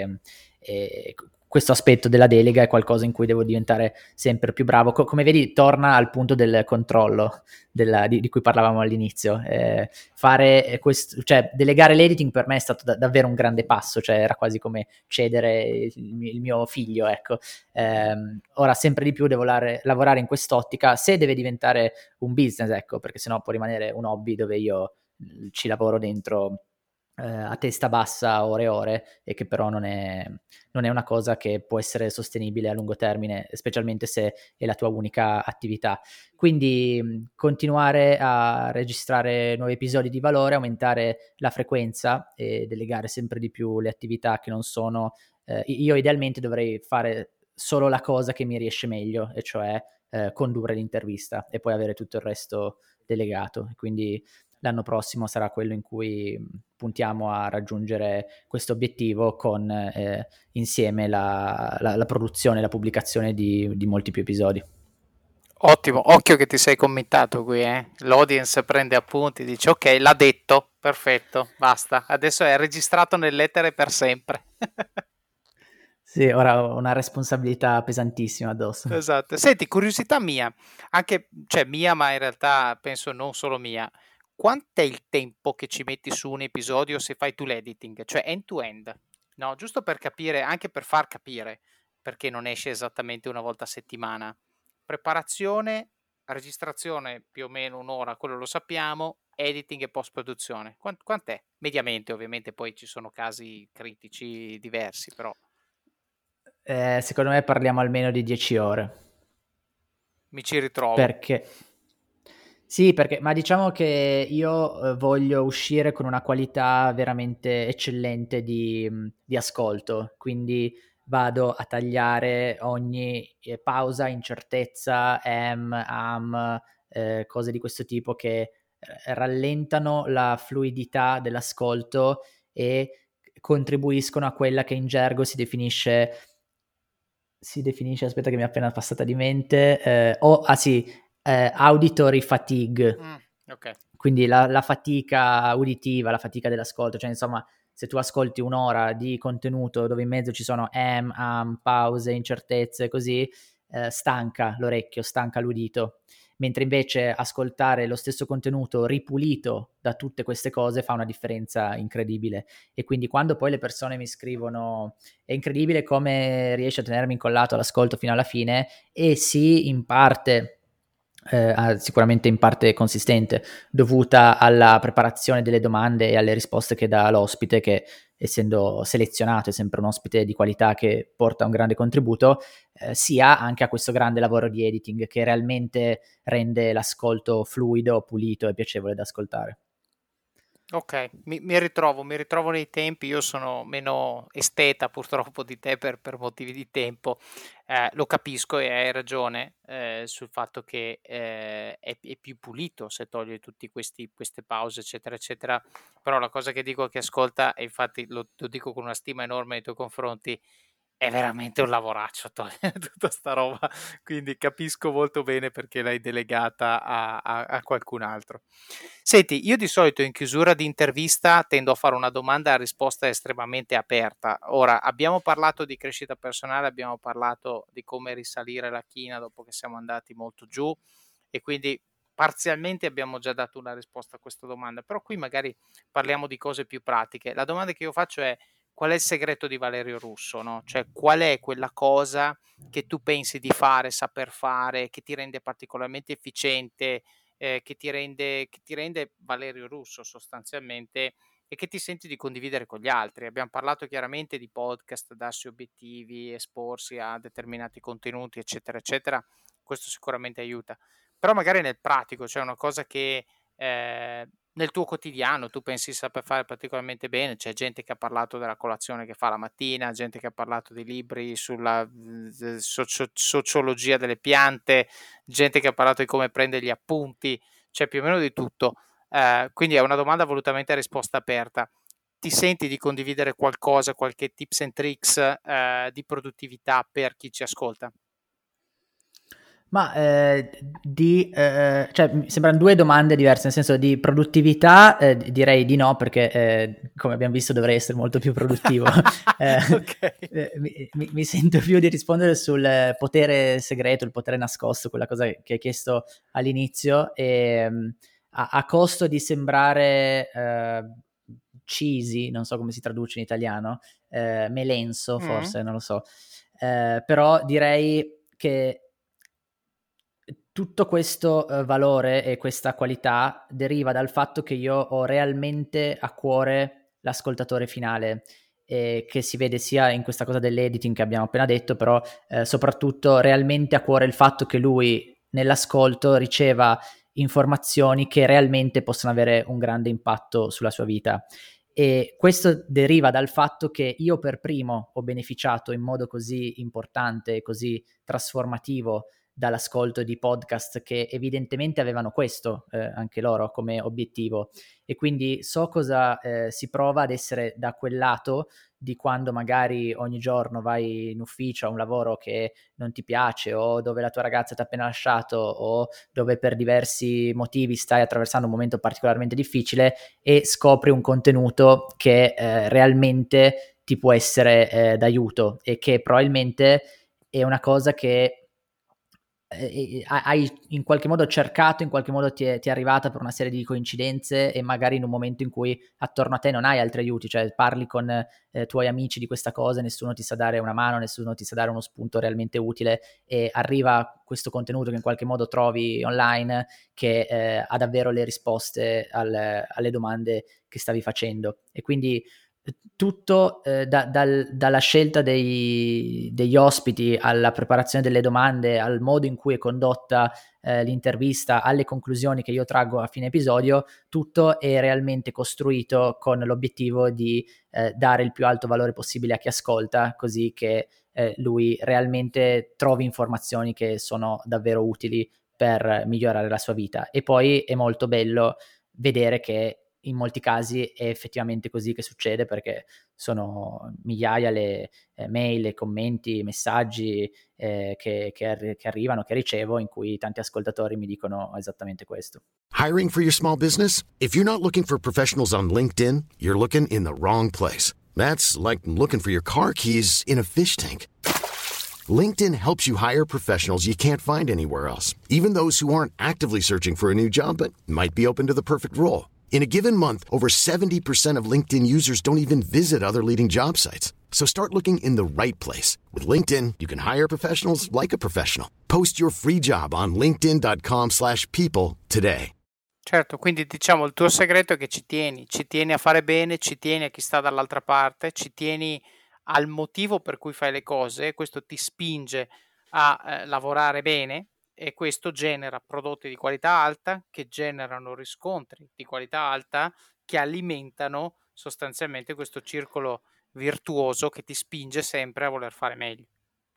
e questo aspetto della delega è qualcosa in cui devo diventare sempre più bravo. Come vedi, torna al punto del controllo di cui parlavamo all'inizio. Fare questo, cioè delegare l'editing per me è stato davvero un grande passo, cioè era quasi come cedere il mio figlio, ecco. Ora sempre di più devo lavorare in quest'ottica, se deve diventare un business, ecco, perché sennò può rimanere un hobby dove io ci lavoro dentro a testa bassa ore e ore, e che però non è una cosa che può essere sostenibile a lungo termine, specialmente se è la tua unica attività. Quindi continuare a registrare nuovi episodi di valore, aumentare la frequenza e delegare sempre di più le attività che non sono... io idealmente dovrei fare solo la cosa che mi riesce meglio, e cioè condurre l'intervista, e poi avere tutto il resto delegato. Quindi l'anno prossimo sarà quello in cui puntiamo a raggiungere questo obiettivo con insieme la produzione e la pubblicazione di molti più episodi. Ottimo, occhio che ti sei commentato qui, eh? L'audience prende appunti, dice ok, l'ha detto, perfetto, basta, adesso è registrato nell'etere per sempre. Sì, ora ho una responsabilità pesantissima addosso. Esatto. Senti, curiosità mia, anche, cioè mia, ma in realtà penso non solo mia, quant'è il tempo che ci metti su un episodio se fai tu l'editing, cioè end to end? No, giusto per capire, anche per far capire perché non esce esattamente una volta a settimana. Preparazione, registrazione più o meno un'ora, quello lo sappiamo, editing e post-produzione. Quant'è? Mediamente, ovviamente, poi ci sono casi critici diversi, però Secondo me parliamo almeno di 10 ore. mi ci ritrovo. Perché? Sì, perché, ma diciamo che io voglio uscire con una qualità veramente eccellente di ascolto, quindi vado a tagliare ogni pausa, incertezza, cose di questo tipo che rallentano la fluidità dell'ascolto e contribuiscono a quella che in gergo aspetta che mi è appena passata di mente, auditory fatigue, Ok. quindi la fatica uditiva, la fatica dell'ascolto, cioè insomma se tu ascolti un'ora di contenuto dove in mezzo ci sono pause, incertezze, così, stanca l'orecchio, stanca l'udito, mentre invece ascoltare lo stesso contenuto ripulito da tutte queste cose fa una differenza incredibile. E quindi quando poi le persone mi scrivono è incredibile come riesci a tenermi incollato all'ascolto fino alla fine, e sì, in parte, sicuramente in parte consistente, dovuta alla preparazione delle domande e alle risposte che dà l'ospite, che essendo selezionato è sempre un ospite di qualità che porta un grande contributo, sia anche a questo grande lavoro di editing che realmente rende l'ascolto fluido, pulito e piacevole da ascoltare. Ok, mi ritrovo nei tempi, io sono meno esteta purtroppo di te per motivi di tempo, lo capisco e hai ragione sul fatto che è più pulito se togli tutte queste pause eccetera eccetera, però la cosa che dico a chi ascolta, e infatti lo dico con una stima enorme nei tuoi confronti, è veramente un lavoraccio togliere tutta sta roba, quindi capisco molto bene perché l'hai delegata a qualcun altro. Senti, io di solito in chiusura di intervista tendo a fare una domanda a risposta estremamente aperta. Ora, abbiamo parlato di crescita personale, abbiamo parlato di come risalire la china dopo che siamo andati molto giù, e quindi parzialmente abbiamo già dato una risposta a questa domanda, però qui magari parliamo di cose più pratiche. La domanda che io faccio è: qual è il segreto di Valerio Russo, no? Cioè, qual è quella cosa che tu pensi di fare, saper fare, che ti rende particolarmente efficiente, che ti rende Valerio Russo sostanzialmente, e che ti senti di condividere con gli altri? Abbiamo parlato chiaramente di podcast, darsi obiettivi, esporsi a determinati contenuti, eccetera, eccetera. Questo sicuramente aiuta. Però magari nel pratico, cioè una cosa che nel tuo quotidiano tu pensi saper fare particolarmente bene? C'è gente che ha parlato della colazione che fa la mattina, gente che ha parlato di libri sulla sociologia delle piante, gente che ha parlato di come prendere gli appunti, c'è più o meno di tutto. Quindi è una domanda volutamente a risposta aperta. Ti senti di condividere qualcosa, qualche tips and tricks di produttività per chi ci ascolta? Ma cioè, mi sembrano due domande diverse, nel senso di produttività direi di no, perché come abbiamo visto dovrei essere molto più produttivo. Okay. Mi sento più di rispondere sul potere segreto, il potere nascosto, quella cosa che hai chiesto all'inizio, e a costo di sembrare cheesy, non so come si traduce in italiano, melenso forse, non lo so, però direi che tutto questo valore e questa qualità deriva dal fatto che io ho realmente a cuore l'ascoltatore finale, che si vede sia in questa cosa dell'editing che abbiamo appena detto, però soprattutto realmente a cuore il fatto che lui nell'ascolto riceva informazioni che realmente possono avere un grande impatto sulla sua vita. E questo deriva dal fatto che io per primo ho beneficiato in modo così importante e così trasformativo dall'ascolto di podcast che evidentemente avevano questo anche loro come obiettivo, e quindi so cosa si prova ad essere da quel lato di quando magari ogni giorno vai in ufficio a un lavoro che non ti piace, o dove la tua ragazza ti ha appena lasciato, o dove per diversi motivi stai attraversando un momento particolarmente difficile e scopri un contenuto che realmente ti può essere d'aiuto, e che probabilmente è una cosa che hai in qualche modo cercato, in qualche modo ti è arrivata per una serie di coincidenze, e magari in un momento in cui attorno a te non hai altri aiuti, cioè parli con tuoi amici di questa cosa, nessuno ti sa dare una mano, nessuno ti sa dare uno spunto realmente utile, e arriva questo contenuto che in qualche modo trovi online che ha davvero le risposte alle domande che stavi facendo. E quindi tutto dalla scelta degli ospiti, alla preparazione delle domande, al modo in cui è condotta l'intervista, alle conclusioni che io traggo a fine episodio, tutto è realmente costruito con l'obiettivo di dare il più alto valore possibile a chi ascolta, così che lui realmente trovi informazioni che sono davvero utili per migliorare la sua vita. E poi è molto bello vedere che in molti casi è effettivamente così che succede, perché sono migliaia le mail, commenti, messaggi che arrivano, che ricevo, in cui tanti ascoltatori mi dicono esattamente questo. Hiring for your small business? If you're not looking for professionals on LinkedIn, you're looking in the wrong place. That's like looking for your car keys in a fish tank. LinkedIn helps you hire professionals you can't find anywhere else, even those who aren't actively searching for a new job but might be open to the perfect role. In a given month, over 70% of LinkedIn users don't even visit other leading job sites. So start looking in the right place. With LinkedIn, you can hire professionals like a professional. Post your free job on linkedin.com/people today. Certo, quindi diciamo il tuo segreto è che ci tieni a fare bene, ci tieni a chi sta dall'altra parte, ci tieni al motivo per cui fai le cose, questo ti spinge a lavorare bene, e questo genera prodotti di qualità alta che generano riscontri di qualità alta che alimentano sostanzialmente questo circolo virtuoso che ti spinge sempre a voler fare meglio.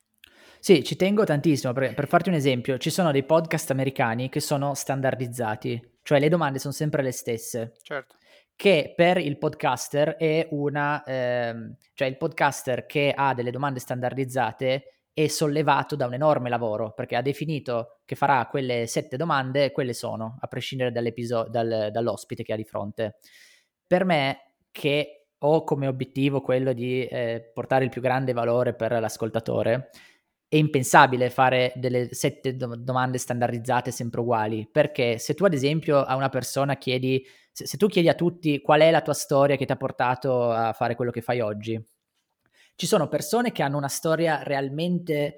Sì, ci tengo tantissimo, per farti un esempio, ci sono dei podcast americani che sono standardizzati, cioè le domande sono sempre le stesse. Certo. Che per il podcaster è cioè il podcaster che ha delle domande standardizzate è sollevato da un enorme lavoro, perché ha definito che farà quelle 7 domande, e quelle sono, a prescindere dall'ospite che ha di fronte. Per me, che ho come obiettivo quello di portare il più grande valore per l'ascoltatore, è impensabile fare delle 7 domande standardizzate sempre uguali, perché se tu ad esempio a una persona chiedi, se tu chiedi a tutti qual è la tua storia che ti ha portato a fare quello che fai oggi, ci sono persone che hanno una storia realmente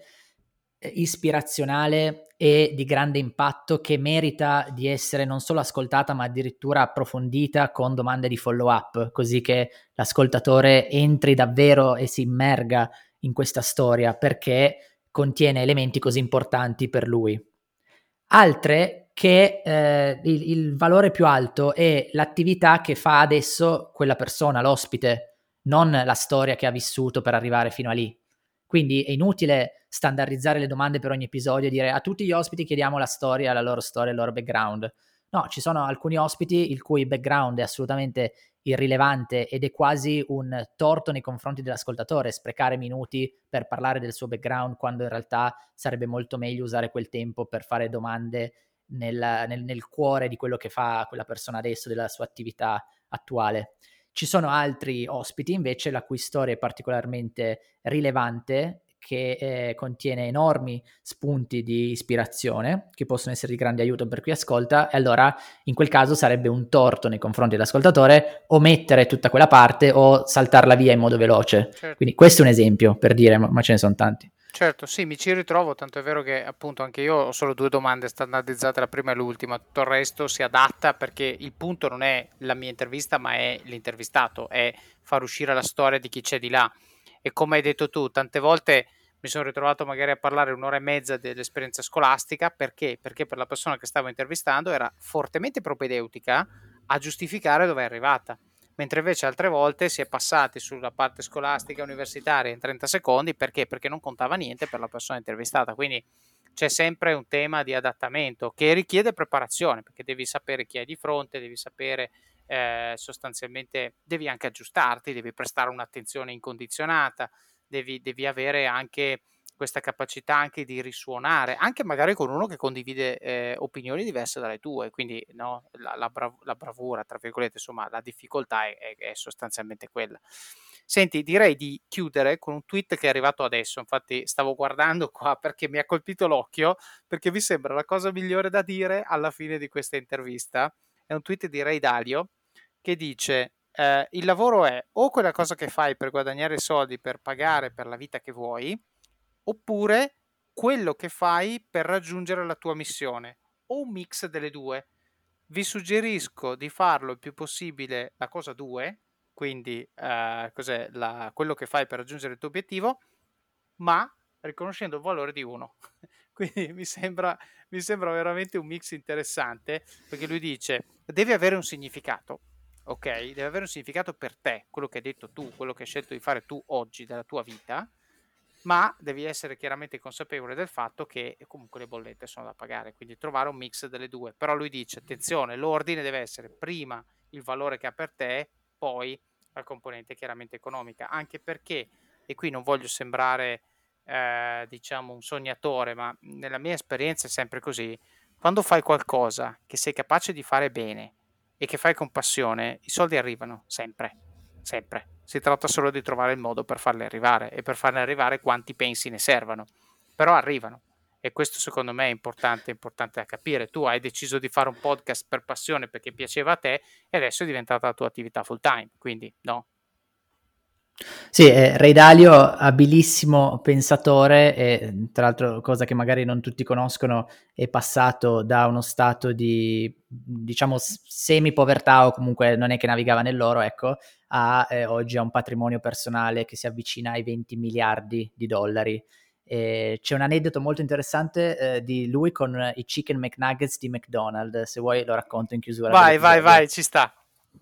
ispirazionale e di grande impatto, che merita di essere non solo ascoltata ma addirittura approfondita con domande di follow up, così che l'ascoltatore entri davvero e si immerga in questa storia, perché contiene elementi così importanti per lui. Altre che il valore più alto è l'attività che fa adesso quella persona, l'ospite, non la storia che ha vissuto per arrivare fino a lì. Quindi è inutile standardizzare le domande per ogni episodio e dire a tutti gli ospiti chiediamo la storia, il loro background. No, ci sono alcuni ospiti il cui background è assolutamente irrilevante ed è quasi un torto nei confronti dell'ascoltatore sprecare minuti per parlare del suo background quando in realtà sarebbe molto meglio usare quel tempo per fare domande nel cuore di quello che fa quella persona adesso, della sua attività attuale. Ci sono altri ospiti invece la cui storia è particolarmente rilevante, che contiene enormi spunti di ispirazione che possono essere di grande aiuto per chi ascolta, e allora in quel caso sarebbe un torto nei confronti dell'ascoltatore omettere tutta quella parte o saltarla via in modo veloce. Certo. Quindi questo è un esempio per dire, ma ce ne sono tanti. Certo, sì, mi ci ritrovo, tanto è vero che appunto anche io ho solo 2 domande standardizzate, la prima e l'ultima, tutto il resto si adatta perché il punto non è la mia intervista ma è l'intervistato, è far uscire la storia di chi c'è di là. E come hai detto tu, tante volte mi sono ritrovato magari a parlare 1 ora e mezza dell'esperienza scolastica, perché? Perché per la persona che stavo intervistando era fortemente propedeutica a giustificare dove è arrivata. Mentre invece altre volte si è passati sulla parte scolastica universitaria in 30 secondi, perché? Perché non contava niente per la persona intervistata, quindi c'è sempre un tema di adattamento che richiede preparazione, perché devi sapere chi hai di fronte, devi sapere sostanzialmente, devi anche aggiustarti, devi prestare un'attenzione incondizionata, devi avere anche questa capacità anche di risuonare, anche magari con uno che condivide opinioni diverse dalle tue, quindi no, la bravura, tra virgolette, insomma, la difficoltà è sostanzialmente quella. Senti, direi di chiudere con un tweet che è arrivato adesso, infatti stavo guardando qua perché mi ha colpito l'occhio, perché mi sembra la cosa migliore da dire alla fine di questa intervista. È un tweet di Ray Dalio che dice: il lavoro è o quella cosa che fai per guadagnare soldi per pagare per la vita che vuoi, oppure quello che fai per raggiungere la tua missione, o un mix delle due. Vi suggerisco di farlo il più possibile la cosa 2, quindi cos'è quello che fai per raggiungere il tuo obiettivo, ma riconoscendo il valore di uno. Quindi mi sembra veramente un mix interessante, perché lui dice deve avere un significato, ok? Deve avere un significato per te, quello che hai detto tu, quello che hai scelto di fare tu oggi della tua vita, ma devi essere chiaramente consapevole del fatto che comunque le bollette sono da pagare, quindi trovare un mix delle due. Però lui dice attenzione, l'ordine deve essere prima il valore che ha per te, poi la componente chiaramente economica, anche perché, e qui non voglio sembrare diciamo un sognatore, ma nella mia esperienza è sempre così: quando fai qualcosa che sei capace di fare bene e che fai con passione, i soldi arrivano sempre, sempre. Si tratta solo di trovare il modo per farli arrivare, e per farli arrivare quanti pensi ne servano, però arrivano. E questo secondo me è importante da capire. Tu hai deciso di fare un podcast per passione perché piaceva a te e adesso è diventata la tua attività full time, quindi no. Sì, Ray Dalio, abilissimo pensatore e tra l'altro, cosa che magari non tutti conoscono, è passato da uno stato di, diciamo, semi-povertà, o comunque non è che navigava nell'oro, ecco, a oggi ha un patrimonio personale che si avvicina ai 20 miliardi di dollari. C'è un aneddoto molto interessante di lui con i Chicken McNuggets di McDonald's, se vuoi lo racconto in chiusura. Vai, ci sta.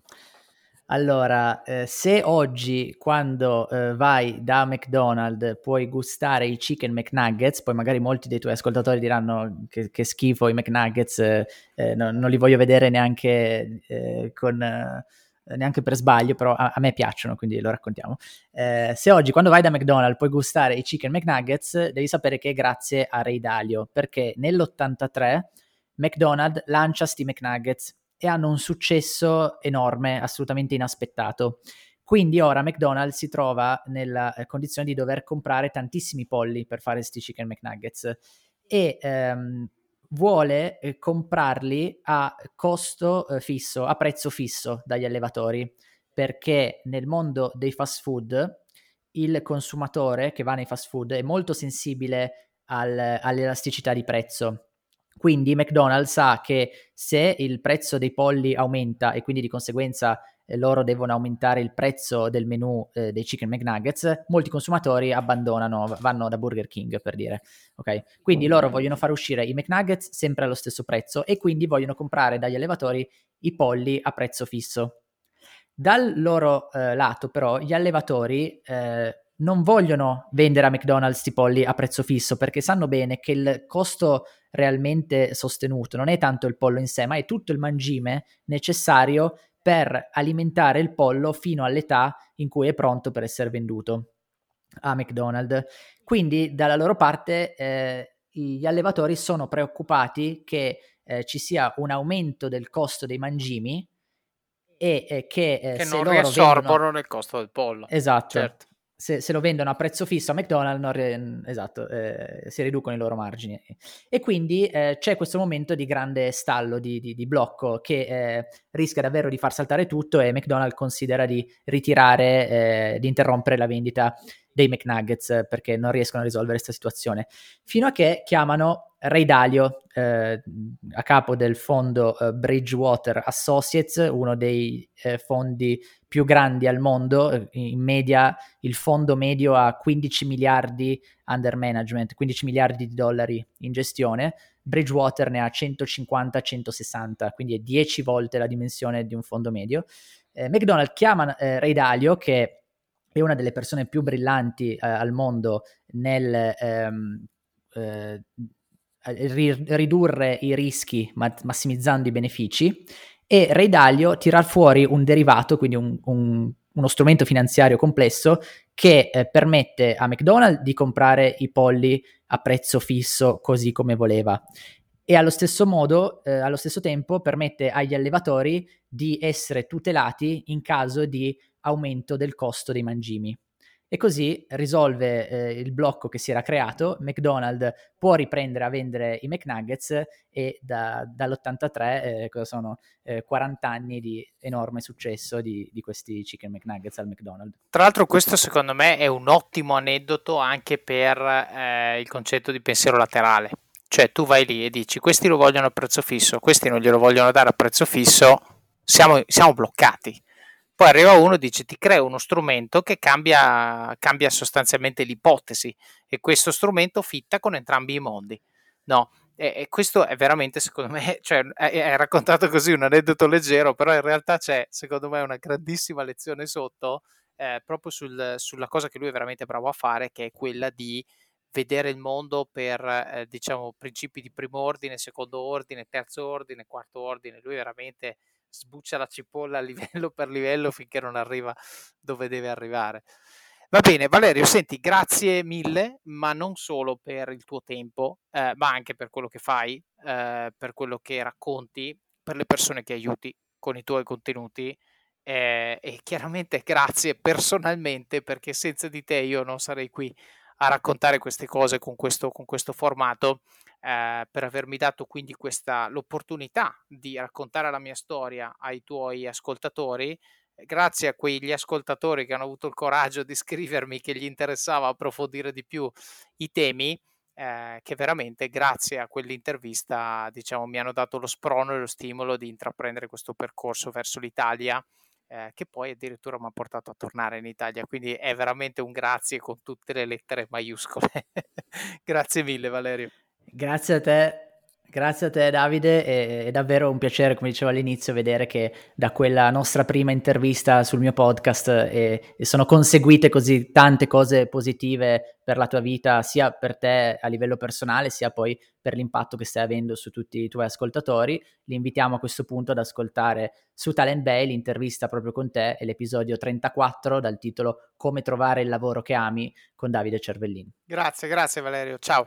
Allora, se oggi quando vai da McDonald's puoi gustare i Chicken McNuggets, poi magari molti dei tuoi ascoltatori diranno che schifo i McNuggets, non li voglio vedere neanche neanche per sbaglio, però a me piacciono, quindi lo raccontiamo. Se oggi quando vai da McDonald's puoi gustare i Chicken McNuggets, devi sapere che è grazie a Ray Dalio, perché nell'83 McDonald's lancia sti McNuggets e hanno un successo enorme, assolutamente inaspettato. Quindi ora McDonald's si trova nella condizione di dover comprare tantissimi polli per fare sti Chicken McNuggets e vuole comprarli a costo fisso, a prezzo fisso dagli allevatori, perché nel mondo dei fast food il consumatore che va nei fast food è molto sensibile all'elasticità di prezzo. Quindi McDonald's sa che se il prezzo dei polli aumenta e quindi di conseguenza loro devono aumentare il prezzo del menù dei Chicken McNuggets, molti consumatori abbandonano, vanno da Burger King, per dire, ok? Quindi loro vogliono far uscire i McNuggets sempre allo stesso prezzo e quindi vogliono comprare dagli allevatori i polli a prezzo fisso. Dal loro lato però gli allevatori non vogliono vendere a McDonald's i polli a prezzo fisso, perché sanno bene che il costo realmente sostenuto non è tanto il pollo in sé, ma è tutto il mangime necessario per alimentare il pollo fino all'età in cui è pronto per essere venduto a McDonald's. Quindi dalla loro parte gli allevatori sono preoccupati che ci sia un aumento del costo dei mangimi e che Che se non loro riassorbono vendono... nel costo del pollo. Esatto. Certo. Se lo vendono a prezzo fisso a McDonald's, esatto, si riducono i loro margini. E quindi c'è questo momento di grande stallo, di blocco, che rischia davvero di far saltare tutto, e McDonald's considera di ritirare, di interrompere la vendita dei McNuggets, perché non riescono a risolvere questa situazione. Fino a che chiamano Ray Dalio, a capo del fondo Bridgewater Associates, uno dei fondi più grandi al mondo. In media il fondo medio ha 15 miliardi under management, 15 miliardi di dollari in gestione. Bridgewater ne ha 150-160, quindi è 10 volte la dimensione di un fondo medio. McDonald's chiama Ray Dalio, che è una delle persone più brillanti al mondo nel ridurre i rischi massimizzando i benefici, e Ray Dalio tirar fuori un derivato, quindi uno strumento finanziario complesso che permette a McDonald's di comprare i polli a prezzo fisso così come voleva, e allo stesso modo, allo stesso tempo permette agli allevatori di essere tutelati in caso di aumento del costo dei mangimi. E così risolve il blocco che si era creato. McDonald's può riprendere a vendere i McNuggets, e dall'83 cosa sono 40 anni di enorme successo di questi Chicken McNuggets al McDonald's. Tra l'altro questo secondo me è un ottimo aneddoto anche per il concetto di pensiero laterale. Cioè tu vai lì e dici questi lo vogliono a prezzo fisso, questi non glielo vogliono dare a prezzo fisso, siamo bloccati. Poi arriva uno e dice ti creo uno strumento che cambia sostanzialmente l'ipotesi, e questo strumento fitta con entrambi i mondi. No, e questo è veramente, secondo me, cioè, è raccontato così un aneddoto leggero, però in realtà c'è, secondo me, una grandissima lezione sotto, proprio sulla cosa che lui è veramente bravo a fare, che è quella di vedere il mondo per, diciamo, principi di primo ordine, secondo ordine, terzo ordine, quarto ordine. Lui veramente sbuccia la cipolla livello per livello finché non arriva dove deve arrivare. Va bene, Valerio, senti, grazie mille, ma non solo per il tuo tempo, ma anche per quello che fai, per quello che racconti, per le persone che aiuti con i tuoi contenuti, e chiaramente grazie personalmente, perché senza di te io non sarei qui a raccontare queste cose con questo formato, per avermi dato quindi l'opportunità di raccontare la mia storia ai tuoi ascoltatori. Grazie a quegli ascoltatori che hanno avuto il coraggio di scrivermi che gli interessava approfondire di più i temi, che veramente grazie a quell'intervista, diciamo, mi hanno dato lo sprono e lo stimolo di intraprendere questo percorso verso l'Italia, che poi addirittura mi ha portato a tornare in Italia. Quindi è veramente un grazie con tutte le lettere maiuscole. Grazie mille, Valerio. Grazie a te Davide, è davvero un piacere, come dicevo all'inizio, vedere che da quella nostra prima intervista sul mio podcast e sono conseguite così tante cose positive per la tua vita, sia per te a livello personale, sia poi per l'impatto che stai avendo su tutti i tuoi ascoltatori. Li invitiamo a questo punto ad ascoltare su Talent Bay l'intervista proprio con te, e l'episodio 34 dal titolo Come trovare il lavoro che ami, con Davide Cervellini. Grazie Valerio, ciao.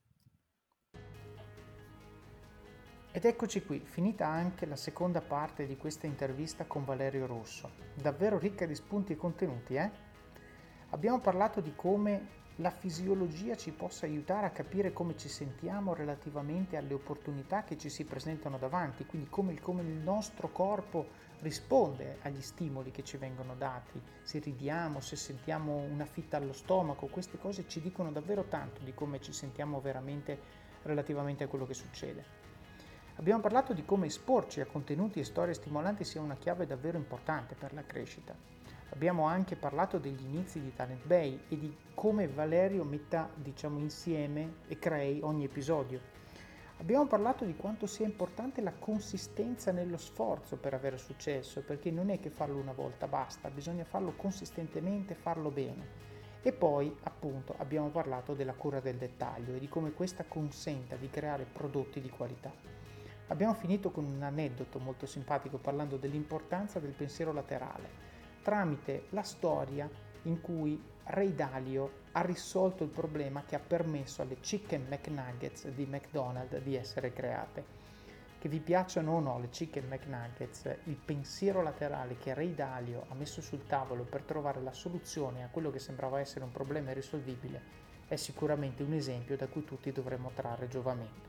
Ed eccoci qui, finita anche la seconda parte di questa intervista con Valerio Russo, davvero ricca di spunti e contenuti, eh? Abbiamo parlato di come la fisiologia ci possa aiutare a capire come ci sentiamo relativamente alle opportunità che ci si presentano davanti, quindi come il nostro corpo risponde agli stimoli che ci vengono dati, se ridiamo, se sentiamo una fitta allo stomaco. Queste cose ci dicono davvero tanto di come ci sentiamo veramente relativamente a quello che succede. Abbiamo parlato di come esporci a contenuti e storie stimolanti sia una chiave davvero importante per la crescita. Abbiamo anche parlato degli inizi di Talent Bay e di come Valerio metta, insieme e crei ogni episodio. Abbiamo parlato di quanto sia importante la consistenza nello sforzo per avere successo, perché non è che farlo una volta basta, bisogna farlo consistentemente, farlo bene. E poi, appunto, abbiamo parlato della cura del dettaglio e di come questa consenta di creare prodotti di qualità. Abbiamo finito con un aneddoto molto simpatico parlando dell'importanza del pensiero laterale, tramite la storia in cui Ray Dalio ha risolto il problema che ha permesso alle Chicken McNuggets di McDonald's di essere create. Che vi piacciono o no le Chicken McNuggets, il pensiero laterale che Ray Dalio ha messo sul tavolo per trovare la soluzione a quello che sembrava essere un problema irrisolvibile è sicuramente un esempio da cui tutti dovremmo trarre giovamento.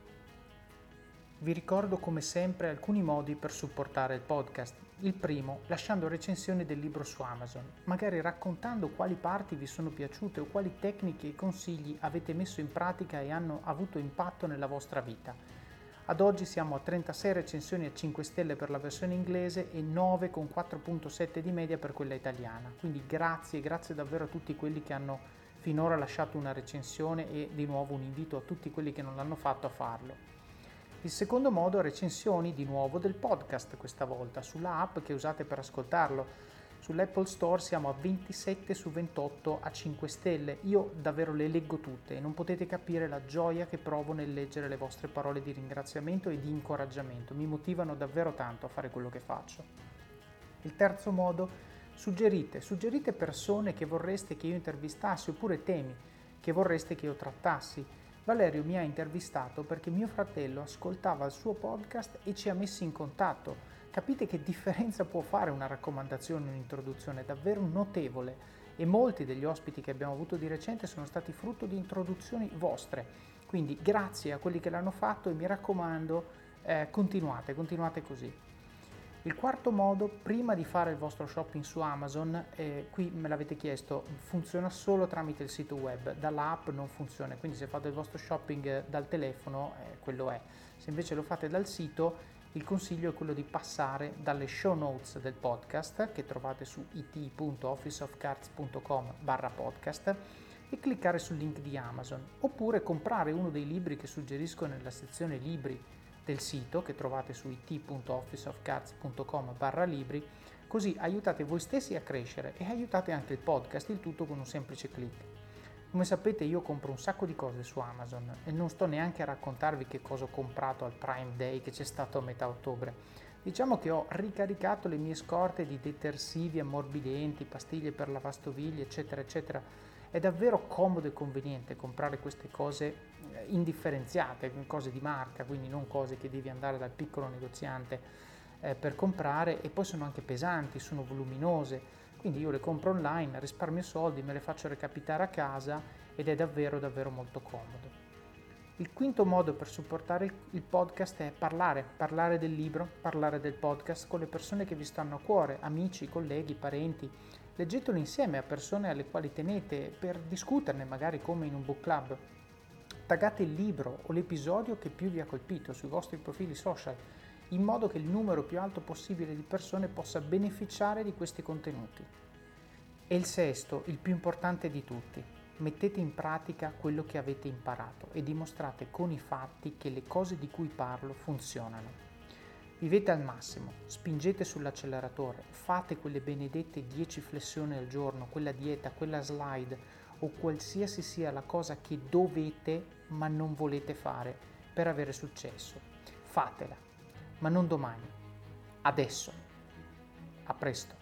Vi ricordo come sempre alcuni modi per supportare il podcast. Il primo, lasciando recensioni del libro su Amazon, magari raccontando quali parti vi sono piaciute o quali tecniche e consigli avete messo in pratica e hanno avuto impatto nella vostra vita. Ad oggi siamo a 36 recensioni a 5 stelle per la versione inglese e 9 con 4.7 di media per quella italiana. Quindi grazie davvero a tutti quelli che hanno finora lasciato una recensione e di nuovo un invito a tutti quelli che non l'hanno fatto a farlo. Il secondo modo, recensioni di nuovo del podcast questa volta, sulla app che usate per ascoltarlo. Sull'Apple Store siamo a 27 su 28 a 5 stelle. Io davvero le leggo tutte e non potete capire la gioia che provo nel leggere le vostre parole di ringraziamento e di incoraggiamento. Mi motivano davvero tanto a fare quello che faccio. Il terzo modo, suggerite persone che vorreste che io intervistassi oppure temi che vorreste che io trattassi. Valerio mi ha intervistato perché mio fratello ascoltava il suo podcast e ci ha messi in contatto. Capite che differenza può fare una raccomandazione, un'introduzione? È davvero notevole e molti degli ospiti che abbiamo avuto di recente sono stati frutto di introduzioni vostre. Quindi grazie a quelli che l'hanno fatto e mi raccomando, continuate così. Il quarto modo, prima di fare il vostro shopping su Amazon, qui me l'avete chiesto, funziona solo tramite il sito web, dall'app non funziona, quindi se fate il vostro shopping dal telefono, quello è. Se invece lo fate dal sito, il consiglio è quello di passare dalle show notes del podcast, che trovate su it.officeofcards.com/podcast, e cliccare sul link di Amazon, oppure comprare uno dei libri che suggerisco nella sezione libri del sito che trovate su it.officeofcards.com/libri, così aiutate voi stessi a crescere e aiutate anche il podcast, il tutto con un semplice click. Come sapete io compro un sacco di cose su Amazon e non sto neanche a raccontarvi che cosa ho comprato al Prime Day che c'è stato a metà ottobre. Diciamo che ho ricaricato le mie scorte di detersivi ammorbidenti, pastiglie per lavastoviglie, eccetera eccetera. È davvero comodo e conveniente comprare queste cose indifferenziate, cose di marca, quindi non cose che devi andare dal piccolo negoziante per comprare, e poi sono anche pesanti, sono voluminose, quindi io le compro online, risparmio soldi, me le faccio recapitare a casa ed è davvero molto comodo. Il quinto modo per supportare il podcast è parlare del libro, parlare del podcast con le persone che vi stanno a cuore, amici, colleghi, parenti. Leggetelo insieme a persone alle quali tenete per discuterne, magari come in un book club. Taggate il libro o l'episodio che più vi ha colpito sui vostri profili social, in modo che il numero più alto possibile di persone possa beneficiare di questi contenuti. E il sesto, il più importante di tutti, mettete in pratica quello che avete imparato e dimostrate con i fatti che le cose di cui parlo funzionano. Vivete al massimo, spingete sull'acceleratore, fate quelle benedette 10 flessioni al giorno, quella dieta, quella slide o qualsiasi sia la cosa che dovete ma non volete fare per avere successo. Fatela, ma non domani, adesso. A presto.